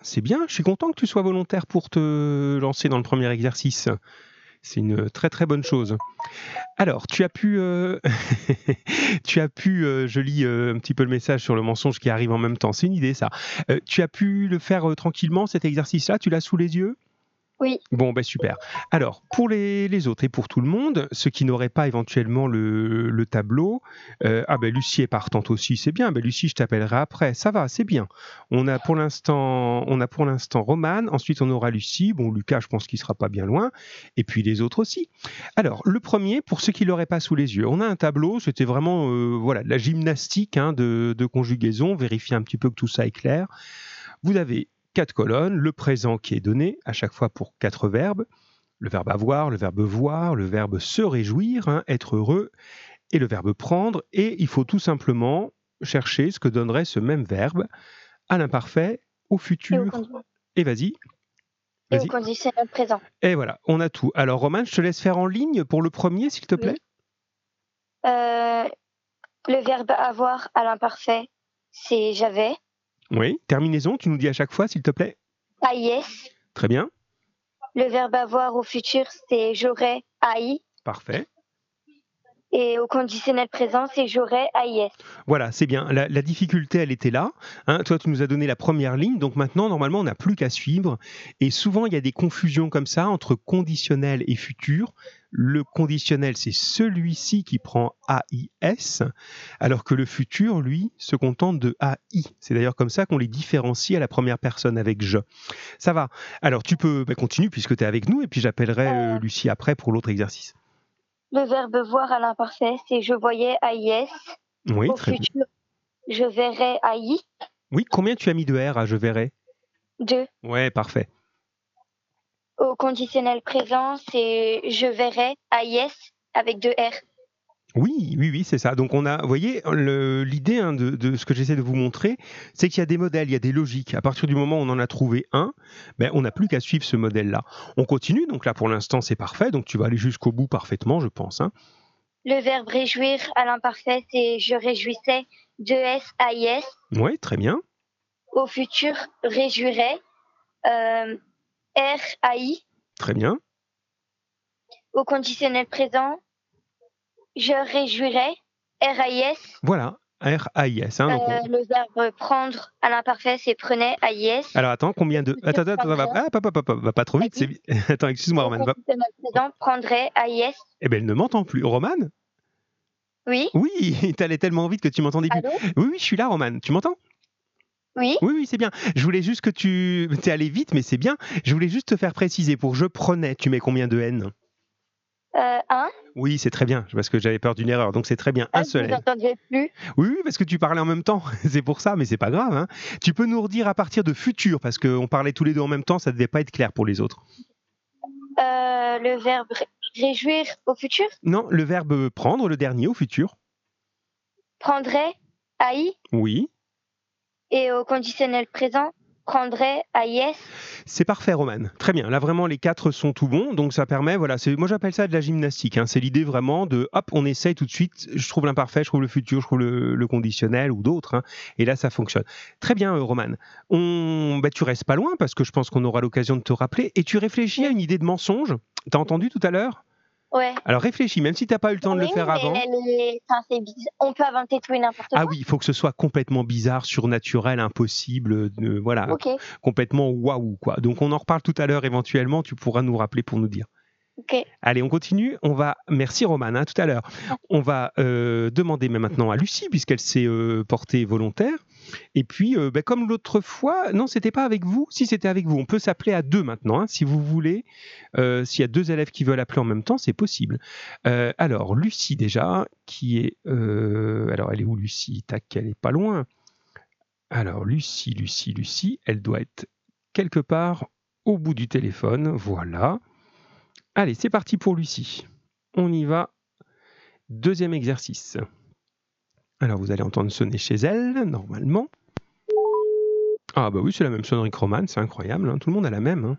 c'est bien. Je suis content que tu sois volontaire pour te lancer dans le premier exercice. C'est une très très bonne chose. Alors, tu as pu, je lis un petit peu le message sur le mensonge qui arrive en même temps. C'est une idée, ça. Tu as pu le faire tranquillement, cet exercice-là? Tu l'as sous les yeux? Oui. Bon, ben super. Alors, pour les autres et pour tout le monde, ceux qui n'auraient pas éventuellement le tableau, Lucie est partante aussi, c'est bien. Lucie, je t'appellerai après. Ça va, c'est bien. On a pour l'instant Romane, ensuite on aura Lucie. Bon, Lucas, je pense qu'il sera pas bien loin. Et puis les autres aussi. Alors, le premier, pour ceux qui l'auraient pas sous les yeux, on a un tableau. C'était vraiment, de la gymnastique de conjugaison. Vérifier un petit peu que tout ça est clair. Vous avez 4 colonnes, le présent qui est donné à chaque fois pour 4 verbes, le verbe avoir, le verbe voir, le verbe se réjouir, être heureux, et le verbe prendre, et il faut tout simplement chercher ce que donnerait ce même verbe à l'imparfait, au futur, et vas-y. Et au conditionnel présent. Et voilà, on a tout. Alors Romane, je te laisse faire en ligne pour le premier, s'il te plaît. Oui. Le verbe avoir à l'imparfait, c'est j'avais. Oui, terminaison, tu nous dis à chaque fois, s'il te plaît. AIS. Très bien. Le verbe avoir au futur, c'est j'aurais AI. Parfait. Et au conditionnel présent, c'est j'aurais AIS. Voilà, c'est bien. La difficulté, elle était là. Toi, tu nous as donné la première ligne, donc maintenant, normalement, on n'a plus qu'à suivre. Et souvent, il y a des confusions comme ça entre conditionnel et futur. Le conditionnel, c'est celui-ci qui prend AIS, alors que le futur, lui, se contente de AI. C'est d'ailleurs comme ça qu'on les différencie à la première personne avec je. Ça va. Alors, tu peux continuer puisque tu es avec nous, et puis j'appellerai Lucie après pour l'autre exercice. Le verbe voir à l'imparfait, c'est je voyais AIS. Oui, au très futur, bien. Je verrai AI. Oui, combien tu as mis de R à je verrai? 2. Ouais, parfait. Au conditionnel présent, c'est je verrai AIS avec 2 R. Oui, c'est ça. Donc on a, vous voyez, l'idée de ce que j'essaie de vous montrer, c'est qu'il y a des modèles, il y a des logiques. À partir du moment où on en a trouvé un, on n'a plus qu'à suivre ce modèle-là. On continue, donc là pour l'instant c'est parfait, donc tu vas aller jusqu'au bout parfaitement, je pense. Le verbe réjouir à l'imparfait, c'est je réjouissais, 2S AIS. Oui, très bien. Au futur, réjouirais, RAI. Très bien. Au conditionnel présent, je réjouirais, RAIS. Voilà, RAIS. Le verbe prendre à l'imparfait, c'est prenait, AIS. Alors attends, combien de... Attends, va pas trop vite. Attends, excuse-moi, Romane. Au conditionnel présent, prendrait, AIS. Eh bien, elle ne m'entend plus. Romane? Oui. Oui, t'allais tellement vite que tu m'entendais plus. Oui, je suis là, Romane. Tu m'entends? Oui. Oui, c'est bien. Je voulais juste que tu... T'es allé vite, mais c'est bien. Je voulais juste te faire préciser. Pour je prenais, tu mets combien de N? 1. Oui, c'est très bien, parce que j'avais peur d'une erreur. Donc c'est très bien, un seul N. Vous n'entendiez plus? Oui, parce que tu parlais en même temps. C'est pour ça, mais c'est pas grave. Tu peux nous redire à partir de futur, parce qu'on parlait tous les deux en même temps, ça devait pas être clair pour les autres. Le verbe réjouir au futur? Non, le verbe prendre, le dernier, au futur. Prendrait, AI. Oui. Et au conditionnel présent, prendrait, AIS. C'est parfait, Romane. Très bien. Là, vraiment, les 4 sont tout bons. Donc, ça permet, voilà, moi j'appelle ça de la gymnastique. C'est l'idée vraiment de, hop, on essaye tout de suite. Je trouve l'imparfait, je trouve le futur, je trouve le conditionnel ou d'autres. Et là, ça fonctionne. Très bien, Romane. Tu restes pas loin parce que je pense qu'on aura l'occasion de te rappeler. Et tu réfléchis à une idée de mensonge. T'as entendu tout à l'heure? Ouais. Alors réfléchis, même si tu n'as pas eu le temps de le faire avant. On peut inventer tout et n'importe quoi. Ah oui, il faut que ce soit complètement bizarre, surnaturel, impossible, voilà, okay. Complètement waouh quoi. Donc on en reparle tout à l'heure éventuellement, tu pourras nous rappeler pour nous dire. Okay. Allez, on continue. Merci Romane, tout à l'heure. On va demander maintenant à Lucie, puisqu'elle s'est portée volontaire. Et puis, comme l'autre fois, non, c'était pas avec vous. Si, c'était avec vous. On peut s'appeler à 2 maintenant, si vous voulez. S'il y a 2 élèves qui veulent appeler en même temps, c'est possible. Alors, Lucie déjà, qui est... alors, elle est où Lucie? Tac, elle est pas loin. Alors, Lucie, elle doit être quelque part au bout du téléphone. Voilà. Allez, c'est parti pour Lucie. On y va. 2e exercice. Alors, vous allez entendre sonner chez elle, normalement. Ah bah oui, c'est la même sonnerie que Romane, c'est incroyable. Tout le monde a la même.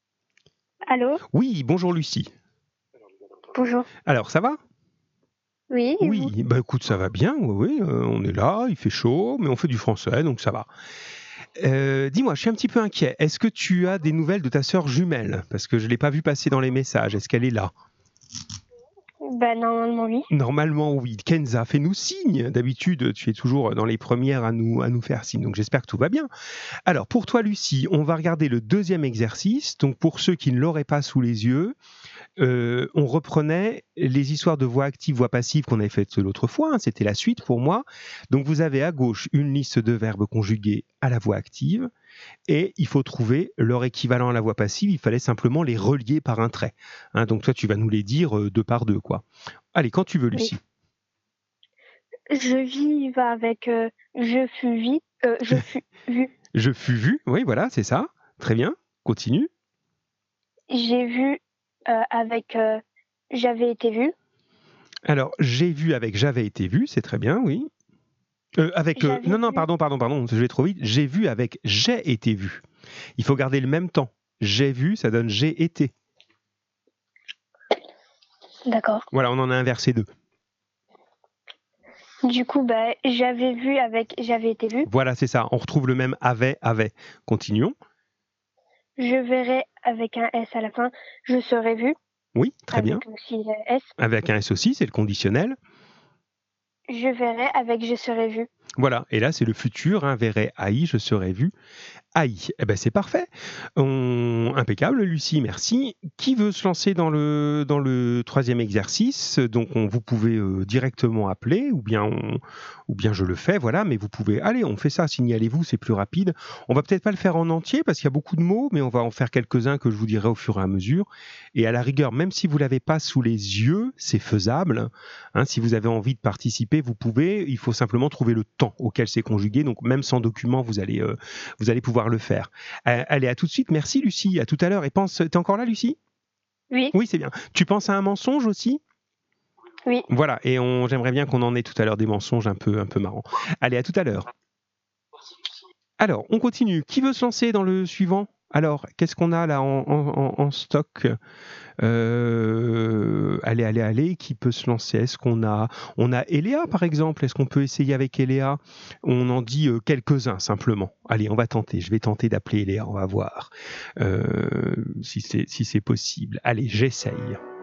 Allô? Oui, bonjour Lucie. Bonjour. Alors, ça va? Oui, et vous? Oui, bah écoute, ça va bien, oui, oui, on est là, il fait chaud, mais on fait du français, donc ça va. Dis-moi, je suis un petit peu inquiet. Est-ce que tu as des nouvelles de ta sœur jumelle? Parce que je ne l'ai pas vue passer dans les messages. Est-ce qu'elle est là? Bah, normalement, oui. Normalement, oui. Kenza, fais-nous signe. D'habitude, tu es toujours dans les premières à nous faire signe. Donc, j'espère que tout va bien. Alors, pour toi, Lucie, on va regarder le deuxième exercice. Donc, pour ceux qui ne l'auraient pas sous les yeux, on reprenait les histoires de voix actives, voix passives qu'on avait faites l'autre fois. Hein, c'était la suite pour moi. Donc, vous avez à gauche une liste de verbes conjugués à la voix active. Et il faut trouver leur équivalent à la voix passive. Il fallait simplement les relier par un trait. Hein, donc, toi, tu vas nous les dire deux par deux, quoi. Allez, quand tu veux, Lucie. Oui. Je vis va avec je fus vu. Je fus vu. Je fus vu. Oui, voilà, c'est ça. Très bien. Continue. J'ai vu avec j'avais été vu. Alors, j'ai vu avec j'avais été vu. C'est très bien, oui. Non, Vu. pardon, je vais trop vite. J'ai vu avec j'ai été vu. Il faut garder le même temps. J'ai vu, ça donne j'ai été. D'accord. Voilà, on en a inversé deux. Du coup, bah, j'avais vu avec j'avais été vu. Voilà, c'est ça. On retrouve le même avait. Continuons. Je verrai avec un S à la fin. Je serai vu. Oui, très avec bien. Aussi S. Avec un S aussi, c'est le conditionnel. Je verrai avec je serai vu. Voilà, et là c'est le futur, hein, verrai AI, je serai vu. AI, eh ben c'est parfait. Impeccable, Lucie, merci. Qui veut se lancer dans le troisième exercice? Donc vous pouvez directement appeler, ou bien je le fais, voilà, mais vous pouvez, allez, on fait ça, signalez-vous, c'est plus rapide. On va peut-être pas le faire en entier parce qu'il y a beaucoup de mots, mais on va en faire quelques-uns que je vous dirai au fur et à mesure. Et à la rigueur, même si vous l'avez pas sous les yeux, c'est faisable. Hein, si vous avez envie de participer, vous pouvez, il faut simplement trouver le temps auquel c'est conjugué, donc même sans document, vous allez pouvoir le faire. Allez, à tout de suite. Merci, Lucie. À tout à l'heure. Et t'es encore là, Lucie? Oui. Oui, c'est bien. Tu penses à un mensonge aussi? Oui. Voilà. Et j'aimerais bien qu'on en ait tout à l'heure des mensonges un peu marrants. Allez, à tout à l'heure. Alors, on continue. Qui veut se lancer dans le suivant? Alors, qu'est-ce qu'on a là en stock? Allez, qui peut se lancer? Est-ce qu'on a Eléa, par exemple? Est-ce qu'on peut essayer avec Eléa? On en dit quelques-uns, simplement. Allez, on va tenter. Je vais tenter d'appeler Eléa, on va voir si c'est possible. Allez, j'essaye.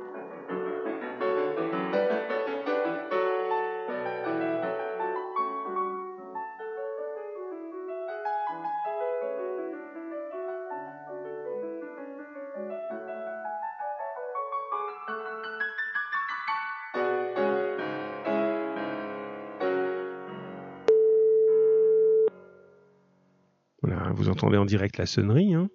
Voilà, vous entendez en direct la sonnerie, hein?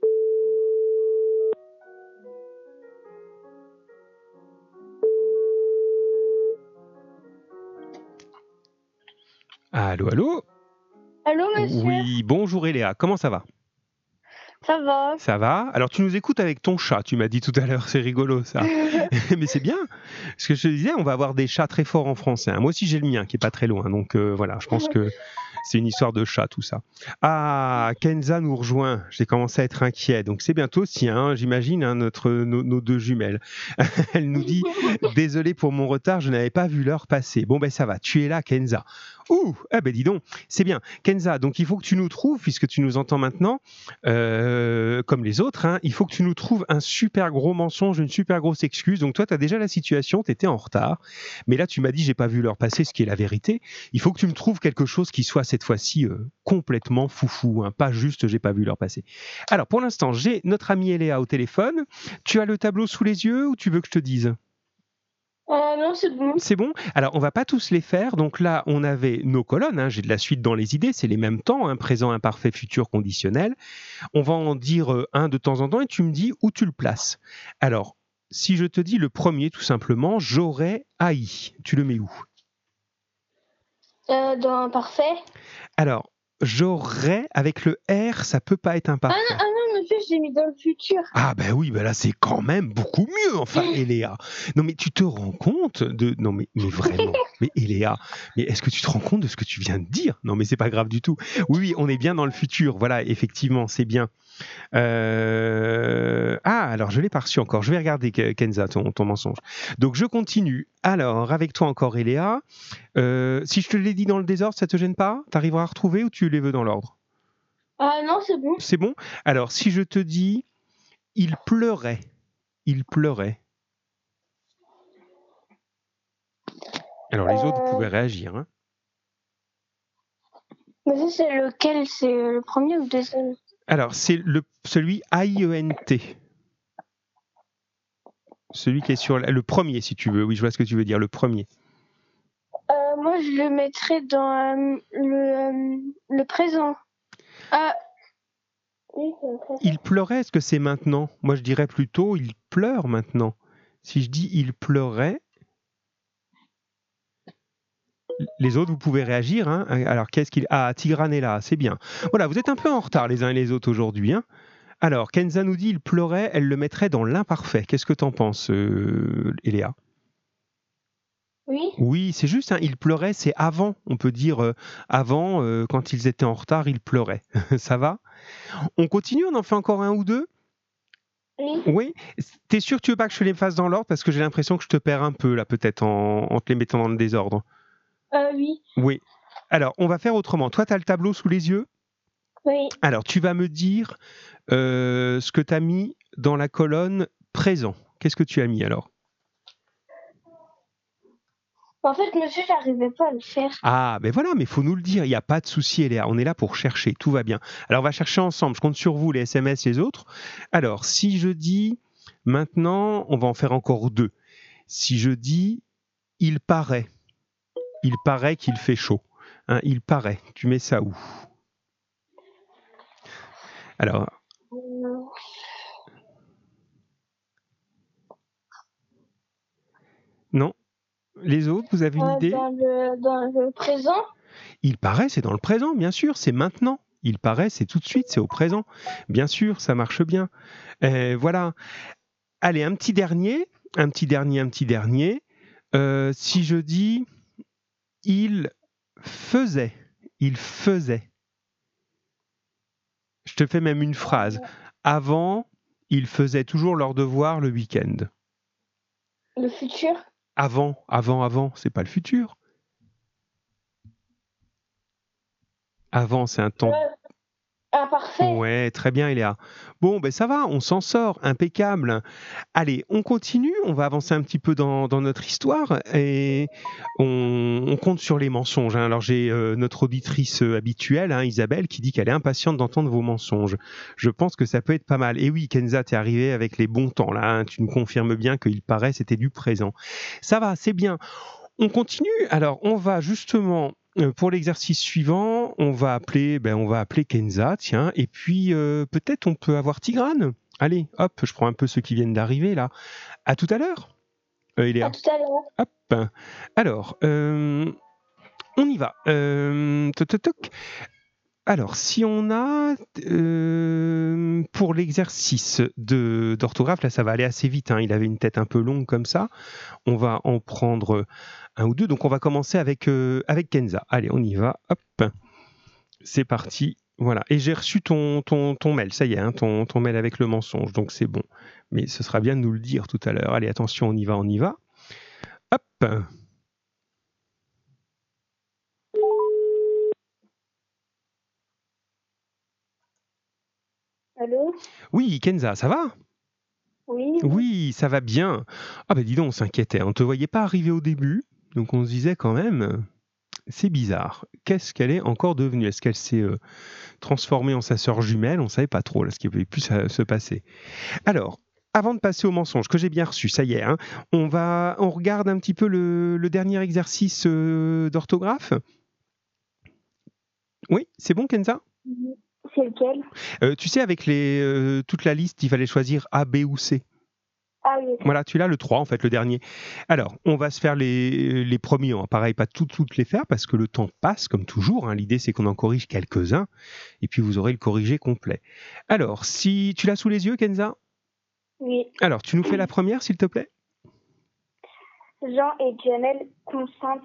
Allô, allô? Allô, monsieur? Oui, bonjour Eléa, comment ça va? Ça va. Ça va? Alors tu nous écoutes avec ton chat, tu m'as dit tout à l'heure, c'est rigolo ça. Mais c'est bien, parce que je te disais, on va avoir des chats très forts en français. Hein. Moi aussi j'ai le mien qui est pas très loin, donc voilà, je pense que c'est une histoire de chat tout ça. Ah, Kenza nous rejoint, j'ai commencé à être inquiet, donc c'est bientôt aussi, hein, j'imagine, hein, nos deux jumelles. Elle nous dit, désolé pour mon retard, je n'avais pas vu l'heure passer. Bon ben ça va, tu es là Kenza. Ouh, eh ben dis donc, c'est bien. Kenza, donc il faut que tu nous trouves, puisque tu nous entends maintenant, comme les autres, hein, il faut que tu nous trouves un super gros mensonge, une super grosse excuse. Donc toi, tu as déjà la situation, tu étais en retard, mais là tu m'as dit j'ai pas vu l'heure passer, ce qui est la vérité. Il faut que tu me trouves quelque chose qui soit cette fois-ci complètement foufou, hein, pas juste j'ai pas vu l'heure passer. Alors pour l'instant, j'ai notre amie Eléa au téléphone. Tu as le tableau sous les yeux ou tu veux que je te dise? Non, c'est bon. C'est bon. Alors, on va pas tous les faire. Donc là, on avait nos colonnes. Hein, j'ai de la suite dans les idées. C'est les mêmes temps. Hein, présent, imparfait, futur, conditionnel. On va en dire un de temps en temps et tu me dis où tu le places. Alors, si je te dis le premier, tout simplement, j'aurais haï. Tu le mets où? Dans imparfait. Alors, j'aurais, avec le R, ça peut pas être imparfait. Ah non, monsieur, j'ai mis dans le futur. Ah ben oui, ben là c'est quand même beaucoup mieux, enfin Eléa. Non mais tu te rends compte de... Non mais vraiment, mais Eléa, mais est-ce que tu te rends compte de ce que tu viens de dire? Non mais c'est pas grave du tout. Oui, on est bien dans le futur, voilà, effectivement, c'est bien. Ah, alors je l'ai pas reçu encore, je vais regarder Kenza, ton mensonge. Donc je continue. Alors, avec toi encore Eléa, si je te l'ai dit dans le désordre, ça te gêne pas? T'arriveras à retrouver ou tu les veux dans l'ordre? Ah non, c'est bon. C'est bon? Alors, si je te dis, il pleurait. Il pleurait. Alors, les autres, vous pouvez réagir. Hein. Mais ça, c'est lequel? C'est le premier ou le deuxième? Alors, c'est celui AIENT. Celui qui est sur le premier, si tu veux. Oui, je vois ce que tu veux dire, le premier. Moi, je le mettrais dans le présent. Ah. Oui, c'est le présent. Il pleurait, est-ce que c'est maintenant? Moi, je dirais plutôt, il pleure maintenant. Si je dis il pleurait, les autres, vous pouvez réagir. Hein. Alors, qu'est-ce qu'il... Ah, Tigrane est là, c'est bien. Voilà, vous êtes un peu en retard les uns et les autres aujourd'hui. Hein. Alors, Kenza nous dit il pleurait, elle le mettrait dans l'imparfait. Qu'est-ce que t'en penses, Eléa? Oui. Oui, c'est juste, hein, il pleurait, c'est avant. On peut dire avant, quand ils étaient en retard, il pleurait. Ça va? On continue, on en fait encore un ou deux? Oui. Oui. T'es sûr que tu veux pas que je les fasse dans l'ordre? Parce que j'ai l'impression que je te perds un peu, là, peut-être, en te les mettant dans le désordre. Oui. Oui. Alors, on va faire autrement. Toi, tu as le tableau sous les yeux? Oui. Alors, tu vas me dire ce que tu as mis dans la colonne présent. Qu'est-ce que tu as mis alors? En fait, monsieur, j'arrivais pas à le faire. Ah, ben voilà, mais il faut nous le dire. Il n'y a pas de souci, Léa. On est là pour chercher. Tout va bien. Alors, on va chercher ensemble. Je compte sur vous, les SMS, les autres. Alors, si je dis maintenant, on va en faire encore deux. Si je dis il paraît qu'il fait chaud. Hein, il paraît. Tu mets ça où? Alors. Non? Les autres, vous avez une idée? Dans le présent. Il paraît, c'est dans le présent, bien sûr, c'est maintenant. Il paraît, c'est tout de suite, c'est au présent. Bien sûr, ça marche bien. Voilà. Allez, un petit dernier. Si je dis il faisait. Je te fais même une phrase. Avant, ils faisaient toujours leurs devoirs le week-end. Le futur. Avant, c'est pas le futur. Avant, c'est un temps... Parfait. Ouais, très bien, Eléa. Bon, ben ça va, on s'en sort, impeccable. Allez, on continue, on va avancer un petit peu dans notre histoire et on compte sur les mensonges. Hein. Alors j'ai notre auditrice habituelle, hein, Isabelle, qui dit qu'elle est impatiente d'entendre vos mensonges. Je pense que ça peut être pas mal. Et oui, Kenza, t'es arrivé avec les bons temps là. Hein. Tu nous confirmes bien qu'il paraît c'était du présent. Ça va, c'est bien. On continue. Alors, on va justement... Pour l'exercice suivant, on va appeler Kenza, tiens, et puis peut-être on peut avoir Tigrane. Allez, hop, je prends un peu ceux qui viennent d'arriver là. À tout à l'heure. À tout à l'heure. Hop. Alors, on y va. Toc. Alors, si on a pour l'exercice d'orthographe, là ça va aller assez vite, hein, il avait une tête un peu longue comme ça, on va en prendre un ou deux, donc on va commencer avec Kenza. Allez, on y va, hop, c'est parti, voilà, et j'ai reçu ton mail, ça y est, hein, ton mail avec le mensonge, donc c'est bon, mais ce sera bien de nous le dire tout à l'heure. Allez, attention, on y va, hop. Allô? Oui, Kenza, ça va? Oui. Oui, ça va bien. Ah ben dis donc, on s'inquiétait. On ne te voyait pas arriver au début, donc on se disait quand même, c'est bizarre. Qu'est-ce qu'elle est encore devenue? Est-ce qu'elle s'est transformée en sa sœur jumelle? On ne savait pas trop là, ce qui pouvait plus se passer. Alors, avant de passer au mensonge que j'ai bien reçu, ça y est, hein, on regarde un petit peu le dernier exercice d'orthographe. Oui, c'est bon, Kenza? C'est lequel? Tu sais, avec toute la liste, il fallait choisir A, B ou C. Ah oui. Voilà, tu l'as, le 3 en fait, le dernier. Alors, on va se faire les premiers. Pareil, pas toutes les faire parce que le temps passe comme toujours. L'idée, c'est qu'on en corrige quelques-uns et puis vous aurez le corrigé complet. Alors, si tu l'as sous les yeux, Kenza? Oui. Alors, tu nous fais la première, s'il te plaît? Jean et Jamel consentent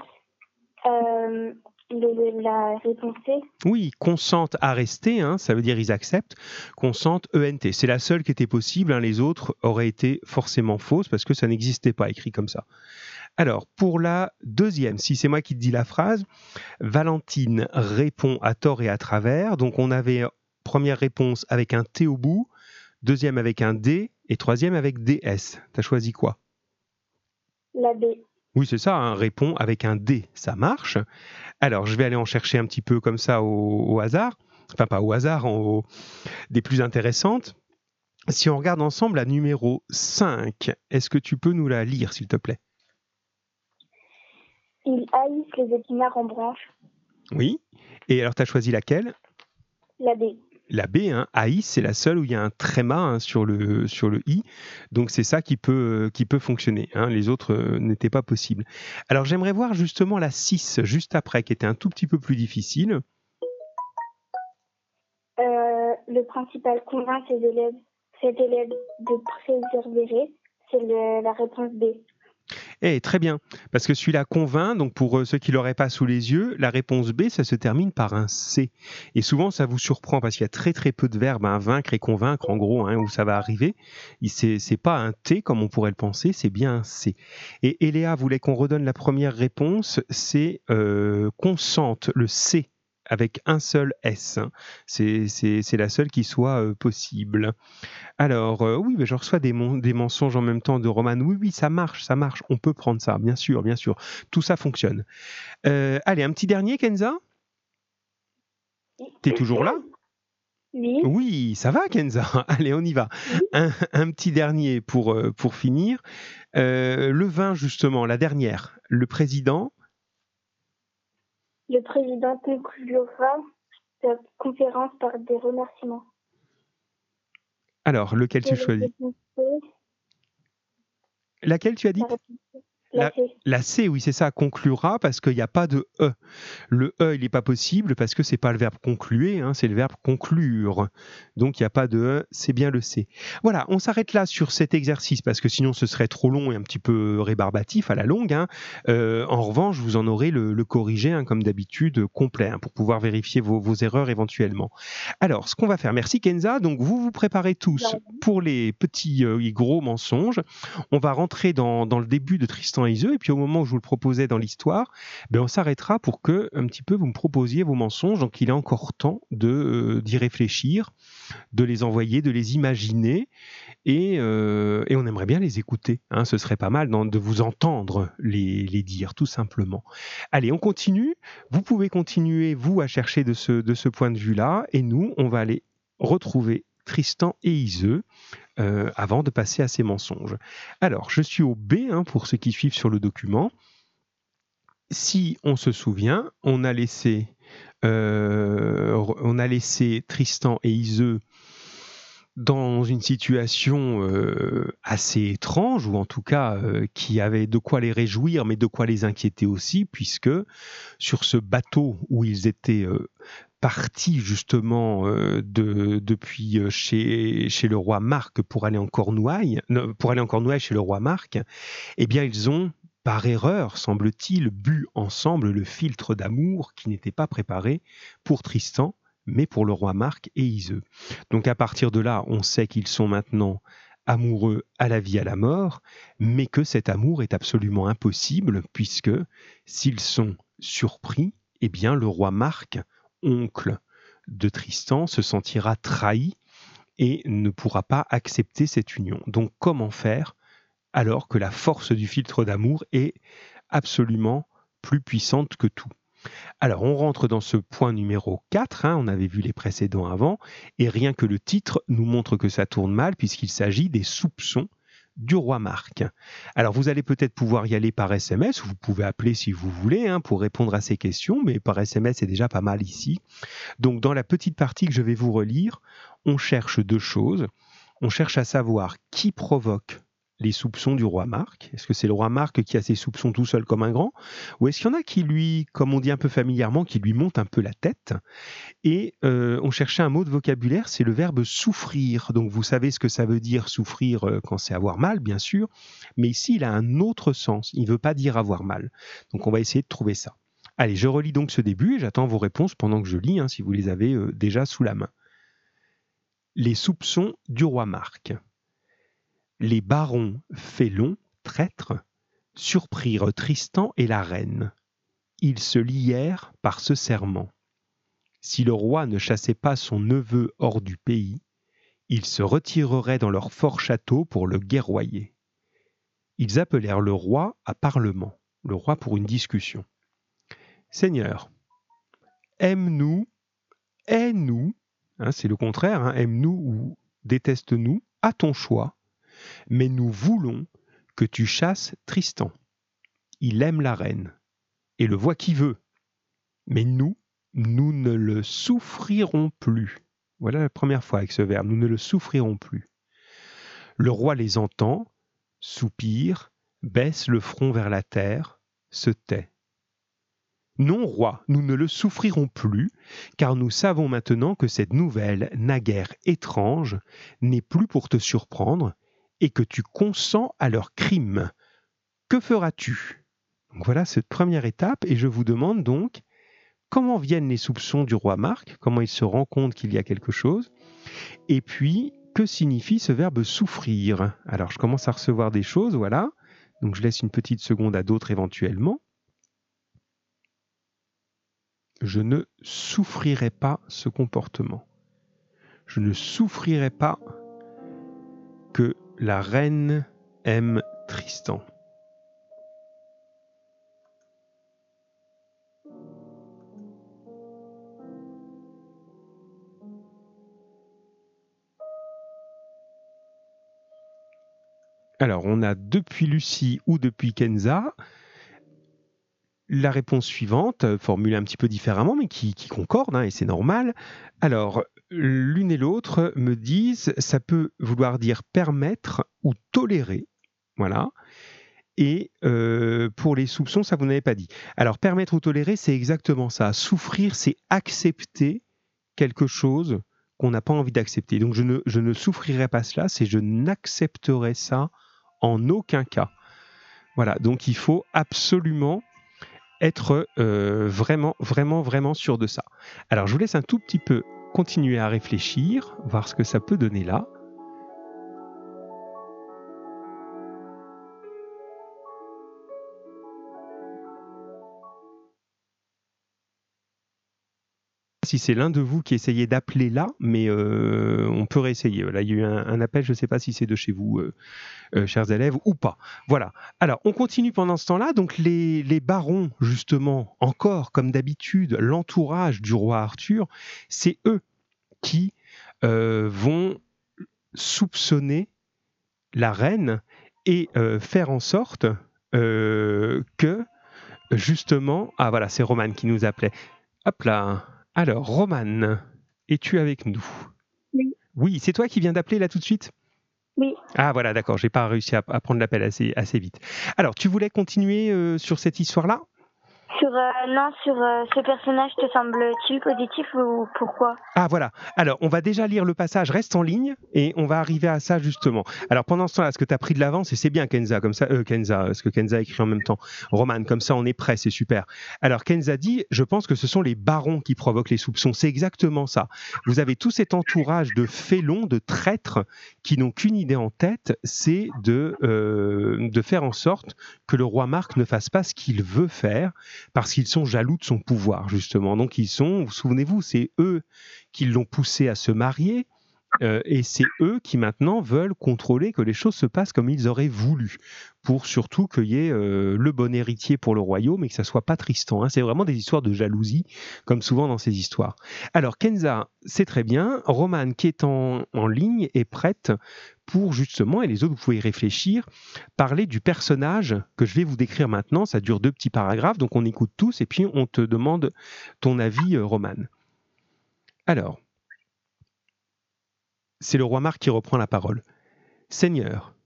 la réponse C. Oui, consentent à rester, ça veut dire ils acceptent. Consentent, ENT. C'est la seule qui était possible. Les autres auraient été forcément fausses parce que ça n'existait pas écrit comme ça. Alors, pour la deuxième, si c'est moi qui te dis la phrase, Valentine répond à tort et à travers. Donc, on avait première réponse avec un T au bout, deuxième avec un D et troisième avec DS. Tu as choisi quoi? La B. Oui, c'est ça, répond avec un D, ça marche. Alors, je vais aller en chercher un petit peu comme ça au hasard. Enfin, pas au hasard, des plus intéressantes. Si on regarde ensemble la numéro 5, est-ce que tu peux nous la lire, s'il te plaît? Ils haïssent les épinards en branche. Oui. Et alors, tu as choisi laquelle? La B. La B, haïs, c'est la seule où il y a un tréma sur le i. Donc, c'est ça qui peut fonctionner. Les autres n'étaient pas possibles. Alors, j'aimerais voir justement la 6, juste après, qui était un tout petit peu plus difficile. Le principal convainc ses élèves de préserver, c'est la réponse B. Très bien, parce que celui-là convainc, donc pour ceux qui ne l'auraient pas sous les yeux, la réponse B, ça se termine par un C. Et souvent, ça vous surprend parce qu'il y a très très peu de verbes, vaincre et convaincre, en gros, où ça va arriver. C'est pas un T comme on pourrait le penser, c'est bien un C. Et Léa voulait qu'on redonne la première réponse, c'est consente, le C, avec un seul S. C'est la seule qui soit possible. Alors, oui, je reçois des mensonges en même temps de Roman. Oui, ça marche, on peut prendre ça, bien sûr. Tout ça fonctionne. Allez, un petit dernier, Kenza? T'es toujours là? Oui. Oui, ça va, Kenza. Allez, on y va. Un petit dernier pour finir. Le 20, justement, la dernière. Le président conclura sa conférence par des remerciements. Alors, lequel tu choisis? Laquelle tu as dit? La C, oui, c'est ça, conclura, parce qu'il n'y a pas de E. Le E, il n'est pas possible parce que c'est pas le verbe concluer, c'est le verbe conclure. Donc, il n'y a pas de E, c'est bien le C. Voilà, on s'arrête là sur cet exercice parce que sinon, ce serait trop long et un petit peu rébarbatif à la longue. En revanche, vous en aurez le corrigé, comme d'habitude, complet, pour pouvoir vérifier vos erreurs éventuellement. Alors, ce qu'on va faire, merci Kenza, donc vous vous préparez tous pour les petits et gros mensonges. On va rentrer dans le début de Tristan et Iseult, et puis au moment où je vous le proposais dans l'histoire, on s'arrêtera pour que un petit peu vous me proposiez vos mensonges. Donc il est encore temps d'y réfléchir, de les envoyer, de les imaginer, et on aimerait bien les écouter. Ce serait pas mal de vous entendre les dire, tout simplement. Allez, on continue. Vous pouvez continuer, vous, à chercher de ce point de vue-là, et nous, on va aller retrouver Tristan et Iseult avant de passer à ces mensonges. Alors, je suis au B, pour ceux qui suivent sur le document. Si on se souvient, on a laissé Tristan et Iseult dans une situation assez étrange, ou en tout cas qui avait de quoi les réjouir, mais de quoi les inquiéter aussi, puisque sur ce bateau où ils étaient partis justement depuis chez le roi Marc pour aller en Cornouailles chez le roi Marc, eh bien ils ont, par erreur, semble-t-il, bu ensemble le philtre d'amour qui n'était pas préparé pour Tristan, mais pour le roi Marc et Iseult. Donc à partir de là, on sait qu'ils sont maintenant amoureux à la vie, à la mort, mais que cet amour est absolument impossible, puisque s'ils sont surpris, eh bien le roi Marc, oncle de Tristan, se sentira trahi et ne pourra pas accepter cette union. Donc comment faire alors que la force du philtre d'amour est absolument plus puissante que tout? Alors, on rentre dans ce point numéro 4, on avait vu les précédents avant, et rien que le titre nous montre que ça tourne mal, puisqu'il s'agit des soupçons du roi Marc. Alors, vous allez peut-être pouvoir y aller par SMS, ou vous pouvez appeler si vous voulez, pour répondre à ces questions, mais par SMS, c'est déjà pas mal ici. Donc, dans la petite partie que je vais vous relire, on cherche deux choses. On cherche à savoir qui provoque les soupçons du roi Marc? Est-ce que c'est le roi Marc qui a ses soupçons tout seul comme un grand? Ou est-ce qu'il y en a qui lui, comme on dit un peu familièrement, qui lui montent un peu la tête? Et on cherchait un mot de vocabulaire, c'est le verbe souffrir. Donc vous savez ce que ça veut dire souffrir quand c'est avoir mal, bien sûr. Mais ici, il a un autre sens. Il ne veut pas dire avoir mal. Donc on va essayer de trouver ça. Allez, je relis donc ce début et j'attends vos réponses pendant que je lis, si vous les avez déjà sous la main. Les soupçons du roi Marc. Les barons félons, traîtres, surprirent Tristan et la reine. Ils se lièrent par ce serment. Si le roi ne chassait pas son neveu hors du pays, ils se retireraient dans leur fort château pour le guerroyer. Ils appelèrent le roi à parlement, le roi pour une discussion. Seigneur, aime-nous, hais-nous, c'est le contraire, aime-nous ou déteste-nous, à ton choix, mais nous voulons que tu chasses Tristan. Il aime la reine, et le voit qui veut, mais nous ne le souffrirons plus. Voilà la première fois avec ce verbe, nous ne le souffrirons plus. Le roi les entend, soupire, baisse le front vers la terre, se tait. Non, roi, nous ne le souffrirons plus, car nous savons maintenant que cette nouvelle, naguère étrange, n'est plus pour te surprendre, et que tu consens à leur crime. Que feras-tu? Donc voilà cette première étape, et je vous demande donc comment viennent les soupçons du roi Marc, comment il se rend compte qu'il y a quelque chose, et puis que signifie ce verbe souffrir? Alors je commence à recevoir des choses, voilà, donc je laisse une petite seconde à d'autres éventuellement. Je ne souffrirai pas ce comportement. Je ne souffrirai pas que la reine aime Tristan. Alors, on a depuis Lucie ou depuis Kenza la réponse suivante, formulée un petit peu différemment, mais qui concorde, et c'est normal. Alors, l'une et l'autre me disent, ça peut vouloir dire permettre ou tolérer, voilà. Et pour les soupçons, ça vous n'avez pas dit. Alors, permettre ou tolérer, c'est exactement ça. Souffrir, c'est accepter quelque chose qu'on n'a pas envie d'accepter. Donc, je ne souffrirai pas cela, c'est je n'accepterai ça en aucun cas. Voilà, donc il faut absolument être vraiment sûr de ça. Alors, je vous laisse un tout petit peu continuer à réfléchir, voir ce que ça peut donner là. Si c'est l'un de vous qui essayez d'appeler là, mais on peut réessayer. Là, il y a eu un appel, je ne sais pas si c'est de chez vous, chers élèves, ou pas. Voilà. Alors, on continue pendant ce temps-là. Donc, les barons, justement, encore, comme d'habitude, l'entourage du roi Arthur, c'est eux qui vont soupçonner la reine et faire en sorte que, justement... Ah, voilà, c'est Romane qui nous appelait. Hop là. Alors, Romane, es-tu avec nous? Oui. Oui, c'est toi qui viens d'appeler là tout de suite? Oui. Ah voilà, d'accord, j'ai pas réussi à prendre l'appel assez vite. Alors, tu voulais continuer sur cette histoire-là? Sur ce personnage, te semble-t-il positif ou pourquoi? Ah voilà, alors on va déjà lire le passage, reste en ligne et on va arriver à ça justement. Alors pendant ce temps-là, est-ce que tu as pris de l'avance? Et c'est bien Kenza, comme ça, parce que Kenza écrit en même temps, Romane, comme ça on est prêt, c'est super. Alors Kenza dit, je pense que ce sont les barons qui provoquent les soupçons, c'est exactement ça. Vous avez tout cet entourage de félons, de traîtres qui n'ont qu'une idée en tête, c'est de faire en sorte que le roi Marc ne fasse pas ce qu'il veut faire, parce qu'ils sont jaloux de son pouvoir, justement. Donc ils sont, vous souvenez-vous, c'est eux qui l'ont poussé à se marier, et c'est eux qui maintenant veulent contrôler que les choses se passent comme ils auraient voulu, pour surtout qu'il y ait le bon héritier pour le royaume et que ça soit pas Tristan. C'est vraiment des histoires de jalousie, comme souvent dans ces histoires. Alors Kenza, c'est très bien. Romane, qui est en ligne, est prête pour justement, et les autres, vous pouvez y réfléchir, parler du personnage que je vais vous décrire maintenant. Ça dure 2 petits paragraphes, donc on écoute tous et puis on te demande ton avis, Romane. Alors, c'est le roi Marc qui reprend la parole. Seigneur,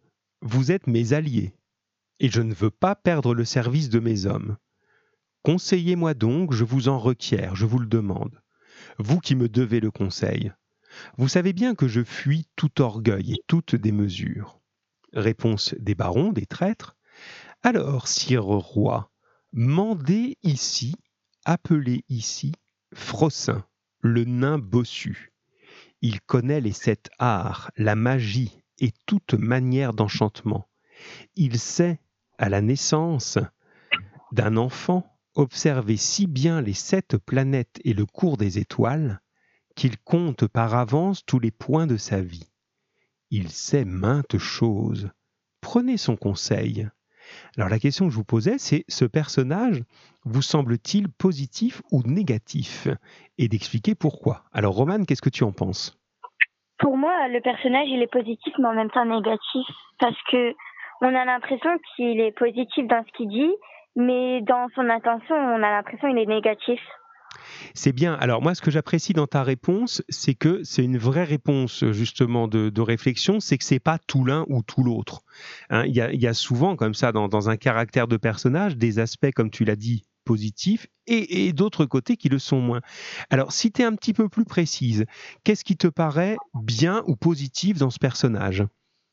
Vous êtes mes alliés, et je ne veux pas perdre le service de mes hommes. Conseillez-moi donc, je vous en requiers, je vous le demande. Vous qui me devez le conseil. Vous savez bien que je fuis tout orgueil et toute démesure. Réponse des barons, des traîtres. Alors, sire roi, mandez ici, appelez ici, Frosin, le nain bossu. Il connaît les 7 arts, la magie et toute manière d'enchantement. Il sait, à la naissance d'un enfant, observer si bien les 7 planètes et le cours des étoiles, qu'il compte par avance tous les points de sa vie. Il sait maintes choses. Prenez son conseil. Alors la question que je vous posais, c'est ce personnage vous semble-t-il positif ou négatif? Et d'expliquer pourquoi. Alors Romane, qu'est-ce que tu en penses? Pour moi, le personnage, il est positif, mais en même temps négatif. Parce que on a l'impression qu'il est positif dans ce qu'il dit, mais dans son intention, on a l'impression qu'il est négatif. C'est bien. Alors moi, ce que j'apprécie dans ta réponse, c'est que c'est une vraie réponse justement de réflexion, c'est que c'est pas tout l'un ou tout l'autre. Hein, il y a souvent comme ça dans un caractère de personnage des aspects, comme tu l'as dit, positifs et d'autres côtés qui le sont moins. Alors si tu es un petit peu plus précise, qu'est-ce qui te paraît bien ou positif dans ce personnage?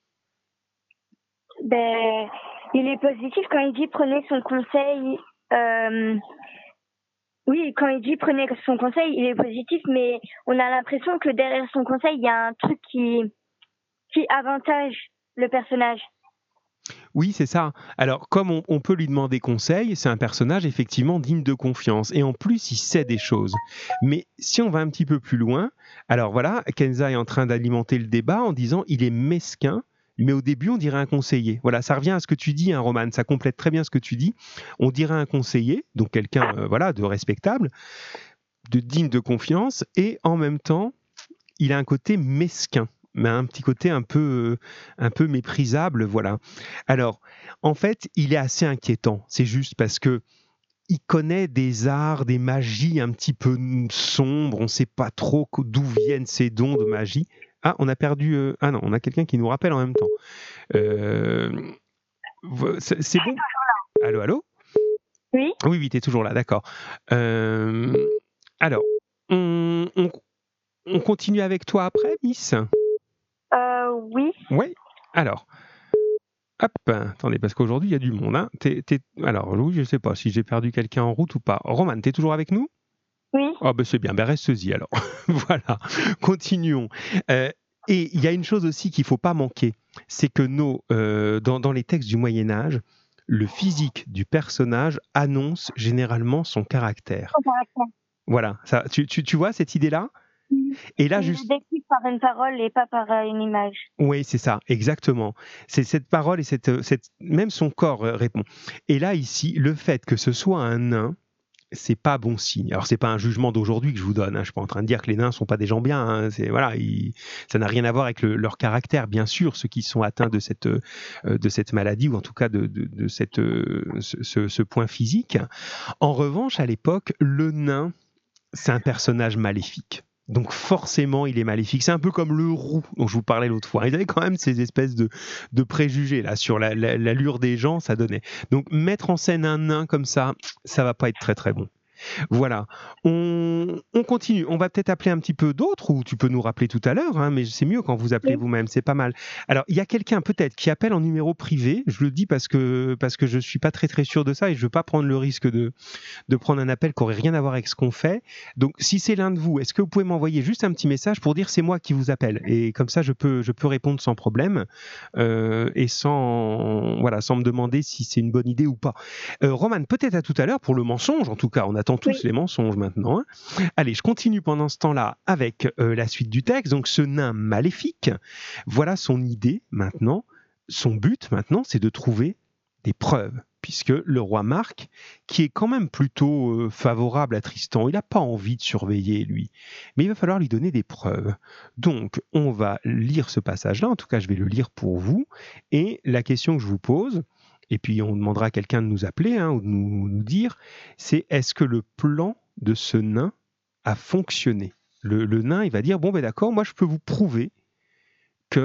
Ben, il est positif quand il dit prenez son conseil. Oui, quand il dit prenez son conseil, il est positif, mais on a l'impression que derrière son conseil, il y a un truc qui avantage le personnage. Oui, c'est ça. Alors, comme on peut lui demander conseil, c'est un personnage effectivement digne de confiance. Et en plus, il sait des choses. Mais si on va un petit peu plus loin, alors voilà, Kenza est en train d'alimenter le débat en disant il est mesquin, mais au début, on dirait un conseiller. Voilà, ça revient à ce que tu dis, hein, Romane, ça complète très bien ce que tu dis. On dirait un conseiller, donc quelqu'un voilà, de respectable, de digne de confiance, et en même temps, il a un côté mesquin, mais un petit côté un peu méprisable, voilà. Alors, en fait, il est assez inquiétant. C'est juste parce que il connaît des arts, des magies un petit peu sombres. On ne sait pas trop d'où viennent ces dons de magie. Ah, on a perdu. Ah non, on a quelqu'un qui nous rappelle en même temps. C'est bon. Allô, allô. Oui. Oui, oui, t'es toujours là, d'accord. Alors, on continue avec toi après, Miss? Oui. Oui. Alors, hop, attendez, parce qu'aujourd'hui, il y a du monde. Hein. Alors, Louis, je ne sais pas si j'ai perdu quelqu'un en route ou pas. Romane, tu es toujours avec nous? Oui. Oh, ben c'est bien, ben reste-y alors. Voilà, continuons. Et il y a une chose aussi qu'il ne faut pas manquer, c'est que dans les textes du Moyen-Âge, le physique du personnage annonce généralement son caractère. Voilà, ça, tu vois cette idée-là? Et là, juste décrit par une parole et pas par une image. Oui, c'est ça, exactement. C'est cette parole et même son corps répond. Et là, ici, le fait que ce soit un nain, c'est pas bon signe. Alors, c'est pas un jugement d'aujourd'hui que je vous donne. Hein. Je suis pas en train de dire que les nains sont pas des gens bien. Hein. Voilà, ça n'a rien à voir avec leur caractère, bien sûr, ceux qui sont atteints de cette maladie ou en tout cas de ce point physique. En revanche, à l'époque, le nain, c'est un personnage maléfique. Donc forcément, il est maléfique. C'est un peu comme le roux dont je vous parlais l'autre fois. Ils avaient quand même ces espèces de préjugés là sur l'allure des gens, ça donnait. Donc mettre en scène un nain comme ça va pas être très très bon. Voilà, on continue. On va peut-être appeler un petit peu d'autres, ou tu peux nous rappeler tout à l'heure, hein, mais c'est mieux quand vous appelez vous-même, c'est pas mal. Alors, il y a quelqu'un peut-être qui appelle en numéro privé, je le dis parce que je suis pas très très sûr de ça et je veux pas prendre le risque de prendre un appel qui aurait rien à voir avec ce qu'on fait. Donc, si c'est l'un de vous, est-ce que vous pouvez m'envoyer juste un petit message pour dire c'est moi qui vous appelle, et comme ça je peux répondre sans problème et sans me demander si c'est une bonne idée ou pas. Romane, peut-être à tout à l'heure pour le mensonge, en tout cas, on attend tous les mensonges maintenant. Hein. Allez, je continue pendant ce temps-là avec la suite du texte. Donc, ce nain maléfique, voilà son idée maintenant. Son but maintenant, c'est de trouver des preuves, puisque le roi Marc, qui est quand même plutôt favorable à Tristan, il n'a pas envie de surveiller, lui. Mais il va falloir lui donner des preuves. Donc, on va lire ce passage-là, en tout cas, je vais le lire pour vous. Et la question que je vous pose, et puis on demandera à quelqu'un de nous appeler hein, ou de nous dire, c'est est-ce que le plan de ce nain a fonctionné? Le nain, il va dire, bon ben d'accord, moi je peux vous prouver que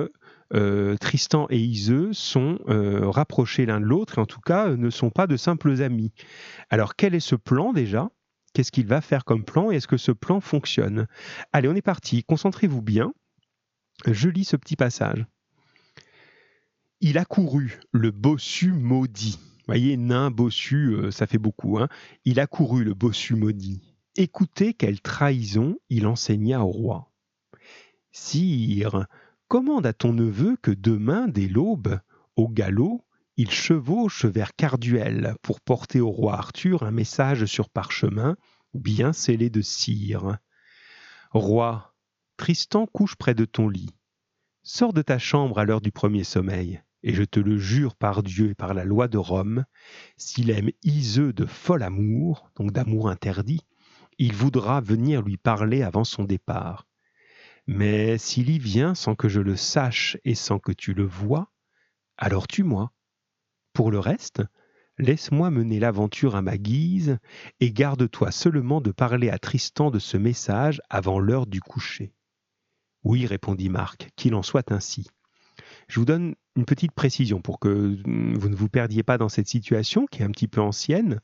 Tristan et Iseux sont rapprochés l'un de l'autre et en tout cas ne sont pas de simples amis. Alors quel est ce plan déjà ? Qu'est-ce qu'il va faire comme plan et est-ce que ce plan fonctionne ? Allez, on est parti, concentrez-vous bien. Je lis ce petit passage. Il a couru, le bossu maudit. Vous voyez, nain, bossu, ça fait beaucoup. Hein. Il a couru, le bossu maudit. Écoutez quelle trahison il enseigna au roi. Sire, commande à ton neveu que demain, dès l'aube, au galop, il chevauche vers Carduel pour porter au roi Arthur un message sur parchemin, bien scellé de cire. Roi, Tristan couche près de ton lit. Sors de ta chambre à l'heure du premier sommeil, et je te le jure par Dieu et par la loi de Rome, s'il aime Iseux de fol amour, donc d'amour interdit, il voudra venir lui parler avant son départ. Mais s'il y vient sans que je le sache et sans que tu le vois, alors tue-moi. Pour le reste, laisse-moi mener l'aventure à ma guise et garde-toi seulement de parler à Tristan de ce message avant l'heure du coucher. Oui, répondit Marc, qu'il en soit ainsi. Je vous donne une petite précision pour que vous ne vous perdiez pas dans cette situation qui est un petit peu ancienne.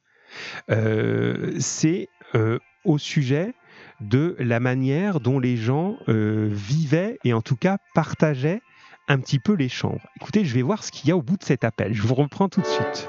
C'est au sujet de la manière dont les gens vivaient et en tout cas partageaient un petit peu les chambres. Écoutez, je vais voir ce qu'il y a au bout de cet appel. Je vous reprends tout de suite.